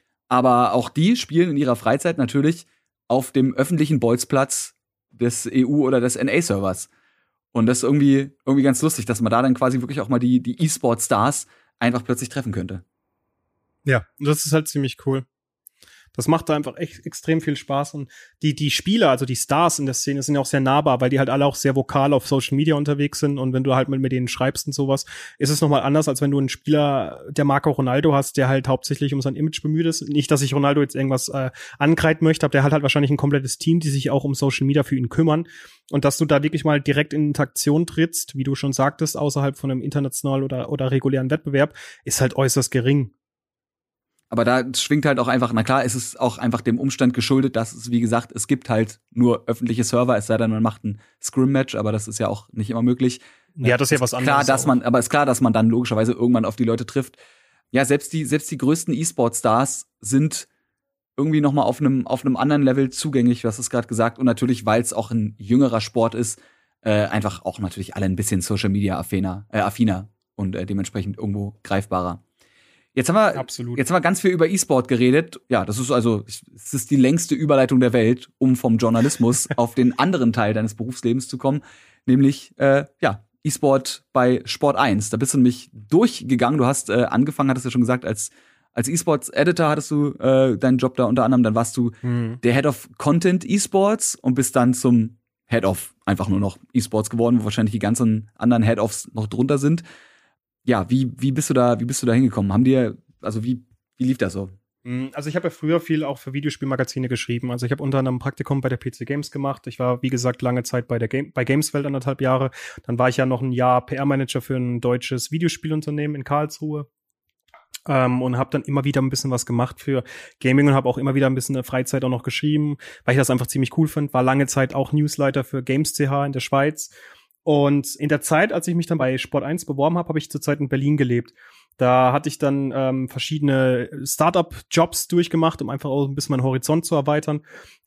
Aber auch die spielen in ihrer Freizeit natürlich auf dem öffentlichen Bolzplatz des E U- oder des N A-Servers. Und das ist irgendwie, irgendwie ganz lustig, dass man da dann quasi wirklich auch mal die, die E-Sport-Stars einfach plötzlich treffen könnte. Ja, das ist halt ziemlich cool. Das macht da einfach echt extrem viel Spaß. Und die, die Spieler, also die Stars in der Szene, sind ja auch sehr nahbar, weil die halt alle auch sehr vokal auf Social Media unterwegs sind. Und wenn du halt mit, mit denen schreibst und sowas, ist es nochmal anders, als wenn du einen Spieler der Marco Ronaldo hast, der halt hauptsächlich um sein Image bemüht ist. Nicht, dass ich Ronaldo jetzt irgendwas äh, ankreiden möchte, aber der hat halt wahrscheinlich ein komplettes Team, die sich auch um Social Media für ihn kümmern. Und dass du da wirklich mal direkt in Interaktion trittst, wie du schon sagtest, außerhalb von einem internationalen oder, oder regulären Wettbewerb, ist halt äußerst gering. Aber da schwingt halt auch einfach, na klar, es ist auch einfach dem Umstand geschuldet, dass es, wie gesagt, es gibt halt nur öffentliche Server, es sei denn, man macht ein Scrim-Match, aber das ist ja auch nicht immer möglich. Ja, das ist ja was anderes. Klar, dass man, aber ist klar, dass man dann logischerweise irgendwann auf die Leute trifft. Ja, selbst die, selbst die größten E-Sport-Stars sind irgendwie noch mal auf einem auf einem anderen Level zugänglich, was ist gerade gesagt. Und natürlich, weil es auch ein jüngerer Sport ist, äh, einfach auch natürlich alle ein bisschen Social-Media-affiner äh, affiner und äh, dementsprechend irgendwo greifbarer. Jetzt haben wir, Absolut. Jetzt haben wir ganz viel über E-Sport geredet. Ja, das ist also, es ist die längste Überleitung der Welt, um vom Journalismus auf den anderen Teil deines Berufslebens zu kommen, nämlich, äh, ja, E-Sport bei Sport eins. Da bist du nämlich durchgegangen. Du hast äh, angefangen, hattest du ja schon gesagt, als, als E-Sports-Editor hattest du äh, deinen Job da unter anderem. Dann warst du hm. der Head of Content E-Sports und bist dann zum Head of einfach nur noch E-Sports geworden, wo wahrscheinlich die ganzen anderen Head-Offs noch drunter sind. Ja, wie, wie bist du da, wie bist du da hingekommen? Haben dir, also wie, wie lief das so? Also ich habe ja früher viel auch für Videospielmagazine geschrieben. Also ich habe unter anderem ein Praktikum bei der P C Games gemacht. Ich war, wie gesagt, lange Zeit bei der Game, bei Gameswelt anderthalb Jahre. Dann war ich ja noch ein Jahr P R-Manager für ein deutsches Videospielunternehmen in Karlsruhe. Ähm, und habe dann immer wieder ein bisschen was gemacht für Gaming und habe auch immer wieder ein bisschen in der Freizeit auch noch geschrieben, weil ich das einfach ziemlich cool fand. War lange Zeit auch Newsleiter für Games Punkt C H in der Schweiz. Und in der Zeit, als ich mich dann bei Sport eins beworben habe, habe ich zurzeit in Berlin gelebt. Da hatte ich dann ähm, verschiedene Startup-Jobs durchgemacht, um einfach auch ein bisschen meinen Horizont zu erweitern.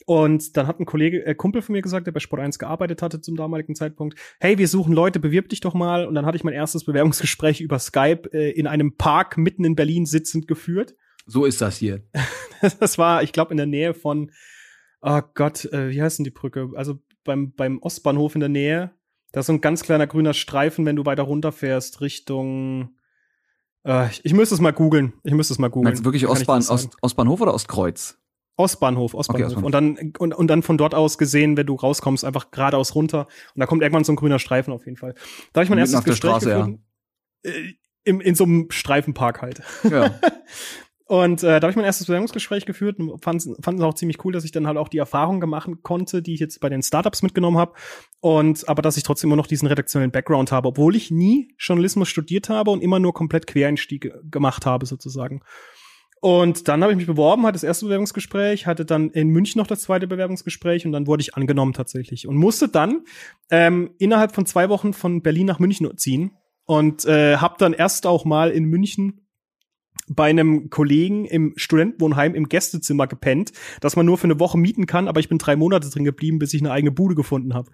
Und dann hat ein Kollege, äh, Kumpel von mir gesagt, der bei Sport eins gearbeitet hatte zum damaligen Zeitpunkt, hey, wir suchen Leute, bewirb dich doch mal. Und dann hatte ich mein erstes Bewerbungsgespräch über Skype äh, in einem Park mitten in Berlin sitzend geführt. So ist das hier. Das war, ich glaube, in der Nähe von, oh Gott, äh, wie heißt denn die Brücke? Also beim beim Ostbahnhof in der Nähe. Da ist so ein ganz kleiner grüner Streifen, wenn du weiter runterfährst, Richtung äh, ich, ich müsste es mal googeln. Ich müsste es mal googeln. Meinst du wirklich Ostbahn, Ost, Ostbahnhof oder Ostkreuz? Ostbahnhof, Ostbahnhof. Okay, Ostbahnhof. Und dann und, und dann von dort aus gesehen, wenn du rauskommst, einfach geradeaus runter. Und da kommt irgendwann so ein grüner Streifen auf jeden Fall. Da habe ich mein erstes Gespräch Straße, geführt. Ja. Äh, im, in so einem Streifenpark halt. Ja. Und äh, da habe ich mein erstes Bewerbungsgespräch geführt und fanden es auch ziemlich cool, dass ich dann halt auch die Erfahrung machen konnte, die ich jetzt bei den Startups mitgenommen habe. Und aber dass ich trotzdem immer noch diesen redaktionellen Background habe, obwohl ich nie Journalismus studiert habe und immer nur komplett Quereinstieg gemacht habe sozusagen. Und dann habe ich mich beworben, hatte das erste Bewerbungsgespräch, hatte dann in München noch das zweite Bewerbungsgespräch und dann wurde ich angenommen tatsächlich und musste dann ähm, innerhalb von zwei Wochen von Berlin nach München ziehen und äh, habe dann erst auch mal in München bei einem Kollegen im Studentenwohnheim im Gästezimmer gepennt, das man nur für eine Woche mieten kann, aber ich bin drei Monate drin geblieben, bis ich eine eigene Bude gefunden habe.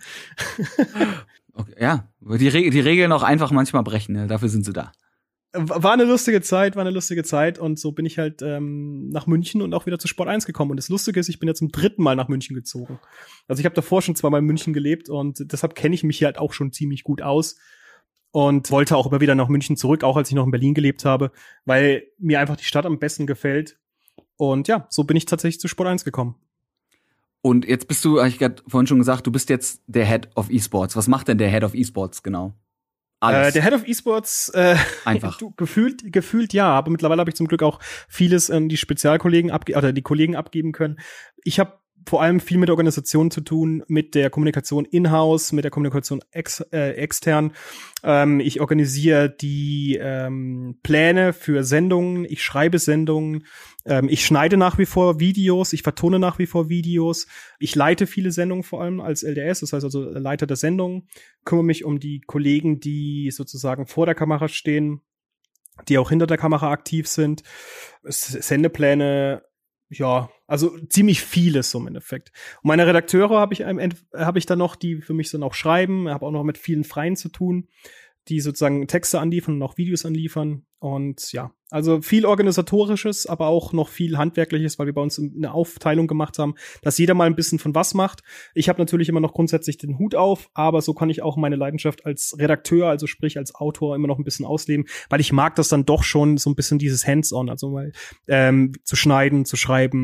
Okay, ja, die, Re- die Regeln auch einfach manchmal brechen, ne? Dafür sind sie da. War eine lustige Zeit, war eine lustige Zeit und so bin ich halt ähm, nach München und auch wieder zu Sport eins gekommen. Und das Lustige ist, ich bin jetzt zum dritten Mal nach München gezogen. Also ich habe davor schon zweimal in München gelebt und deshalb kenne ich mich hier halt auch schon ziemlich gut aus. Und wollte auch immer wieder nach München zurück, auch als ich noch in Berlin gelebt habe, weil mir einfach die Stadt am besten gefällt. Und ja, so bin ich tatsächlich zu Sport eins gekommen. Und jetzt bist du, habe ich gerade vorhin schon gesagt, du bist jetzt der Head of E-Sports. Was macht denn der Head of E-Sports genau? Alles. Äh, der Head of E-Sports, äh, einfach. du, gefühlt, gefühlt ja, aber mittlerweile habe ich zum Glück auch vieles an die Spezialkollegen abge- oder die Kollegen abgeben können. Ich habe vor allem viel mit der Organisation zu tun, mit der Kommunikation in-house, mit der Kommunikation ex, äh, extern. Ähm, ich organisiere die ähm, Pläne für Sendungen, ich schreibe Sendungen, ähm, ich schneide nach wie vor Videos, ich vertone nach wie vor Videos, ich leite viele Sendungen vor allem als L D S, das heißt also Leiter der Sendungen, kümmere mich um die Kollegen, die sozusagen vor der Kamera stehen, die auch hinter der Kamera aktiv sind, Sendepläne. Ja, also ziemlich vieles so im Endeffekt. Und meine Redakteure habe ich habe ich dann noch, die für mich dann auch schreiben, habe auch noch mit vielen Freien zu tun, die sozusagen Texte anliefern und auch Videos anliefern. Und ja, also viel Organisatorisches, aber auch noch viel Handwerkliches, weil wir bei uns eine Aufteilung gemacht haben, dass jeder mal ein bisschen von was macht. Ich habe natürlich immer noch grundsätzlich den Hut auf, aber so kann ich auch meine Leidenschaft als Redakteur, also sprich als Autor, immer noch ein bisschen ausleben, weil ich mag das dann doch schon so ein bisschen dieses Hands-on, also mal ähm, zu schneiden, zu schreiben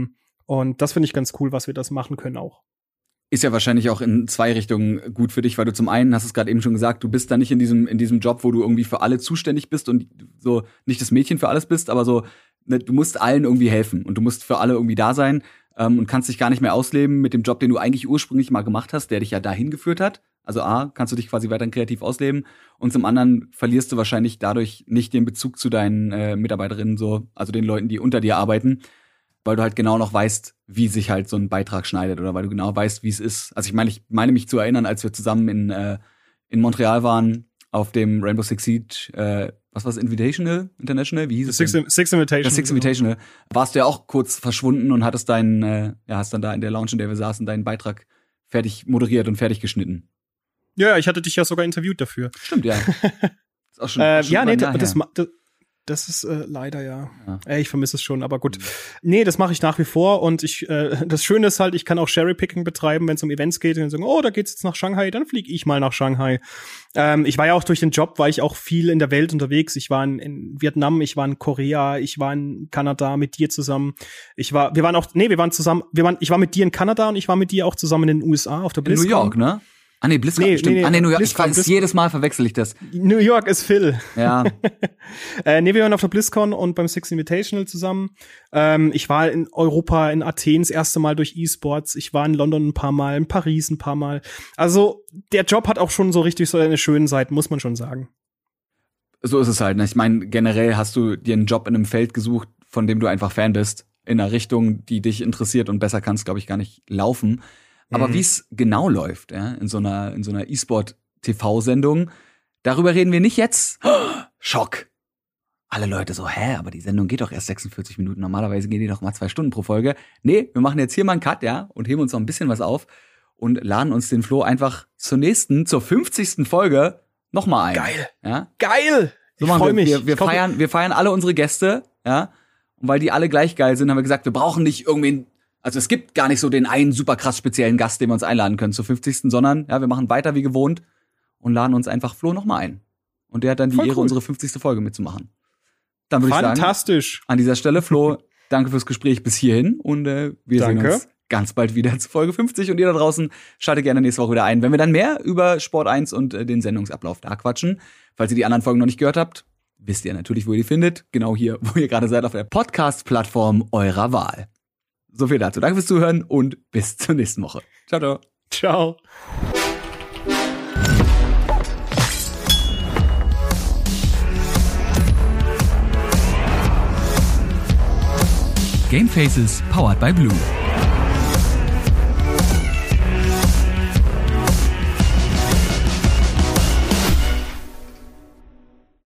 Und das finde ich ganz cool, was wir das machen können auch. Ist ja wahrscheinlich auch in zwei Richtungen gut für dich, weil du zum einen, hast es gerade eben schon gesagt, du bist da nicht in diesem in diesem Job, wo du irgendwie für alle zuständig bist und so nicht das Mädchen für alles bist, aber so, ne, du musst allen irgendwie helfen und du musst für alle irgendwie da sein ähm, und kannst dich gar nicht mehr ausleben mit dem Job, den du eigentlich ursprünglich mal gemacht hast, der dich ja dahin geführt hat. Also A, kannst du dich quasi weiterhin kreativ ausleben und zum anderen verlierst du wahrscheinlich dadurch nicht den Bezug zu deinen äh, Mitarbeiterinnen, so, also den Leuten, die unter dir arbeiten, weil du halt genau noch weißt, wie sich halt so ein Beitrag schneidet oder weil du genau weißt, wie es ist. Also ich meine, ich meine mich zu erinnern, als wir zusammen in äh, in Montreal waren auf dem Rainbow Six Siege, äh, was war es, Invitational, International, wie hieß es Six, denn? Six Invitational. Das Six Invitational. Warst du ja auch kurz verschwunden und hattest deinen, äh, ja, hast dann da in der Lounge, in der wir saßen, deinen Beitrag fertig moderiert und fertig geschnitten. Ja, ich hatte dich ja sogar interviewt dafür. Stimmt, ja. Ist auch schon, äh, schon ja, nee, das, das, das, das ist äh, leider ja. ja. Äh, ich vermisse es schon, aber gut. Mhm. Nee, das mache ich nach wie vor und ich äh, das Schöne ist halt, ich kann auch Cherry-Picking betreiben, wenn es um Events geht und dann sagen, oh, da geht's jetzt nach Shanghai, dann fliege ich mal nach Shanghai. Ähm, ich war ja auch durch den Job, war ich auch viel in der Welt unterwegs. Ich war in, in Vietnam, ich war in Korea, ich war in Kanada mit dir zusammen. Ich war, wir waren auch, nee, wir waren zusammen, wir waren, ich war mit dir in Kanada und ich war mit dir auch zusammen in den U S A auf der BlizzCon. In New York, ne? Ah, nee, BlizzCon, nee, stimmt. Nee, nee, ah, nee, New York. BlizzCon, ich weiß, jedes Mal verwechsel ich das. New York ist Phil. Ja. äh, nee, wir waren auf der BlizzCon und beim Six Invitational zusammen. Ähm, ich war in Europa, in Athen das erste Mal durch E-Sports. Ich war in London ein paar Mal, in Paris ein paar Mal. Also, der Job hat auch schon so richtig so eine schöne Seite, muss man schon sagen. So ist es halt, ne? Ich meine, generell hast du dir einen Job in einem Feld gesucht, von dem du einfach Fan bist. In einer Richtung, die dich interessiert und besser kannst, glaube ich, gar nicht laufen. Aber mhm. wie es genau läuft, ja, in so einer in so einer E-Sport-T V-Sendung, darüber reden wir nicht jetzt. Schock. Alle Leute so, hä, aber die Sendung geht doch erst sechsundvierzig Minuten. Normalerweise gehen die doch mal zwei Stunden pro Folge. Nee, wir machen jetzt hier mal einen Cut, ja, und heben uns noch ein bisschen was auf und laden uns den Flo einfach zur nächsten, zur fünfzigsten Folge nochmal ein. Geil. Ja? Geil. So ich freue mich. Wir, wir feiern, wir feiern alle unsere Gäste, ja. Und weil die alle gleich geil sind, haben wir gesagt, wir brauchen nicht irgendwen. Also es gibt gar nicht so den einen super krass speziellen Gast, den wir uns einladen können zur fünfzigsten sondern ja, wir machen weiter wie gewohnt und laden uns einfach Flo nochmal ein. Und der hat dann die Voll Ehre, cool. unsere fünfzigste Folge mitzumachen. Dann würde ich sagen, fantastisch. An dieser Stelle, Flo, danke fürs Gespräch bis hierhin und äh, wir danke. sehen uns ganz bald wieder zu Folge fünfzig und ihr da draußen schaltet gerne nächste Woche wieder ein, wenn wir dann mehr über Sport eins und äh, den Sendungsablauf da quatschen. Falls ihr die anderen Folgen noch nicht gehört habt, wisst ihr natürlich, wo ihr die findet. Genau hier, wo ihr gerade seid, auf der Podcast-Plattform eurer Wahl. So viel dazu. Danke fürs Zuhören und bis zur nächsten Woche. Ciao, ciao. Ciao. Gamefaces powered by Blue.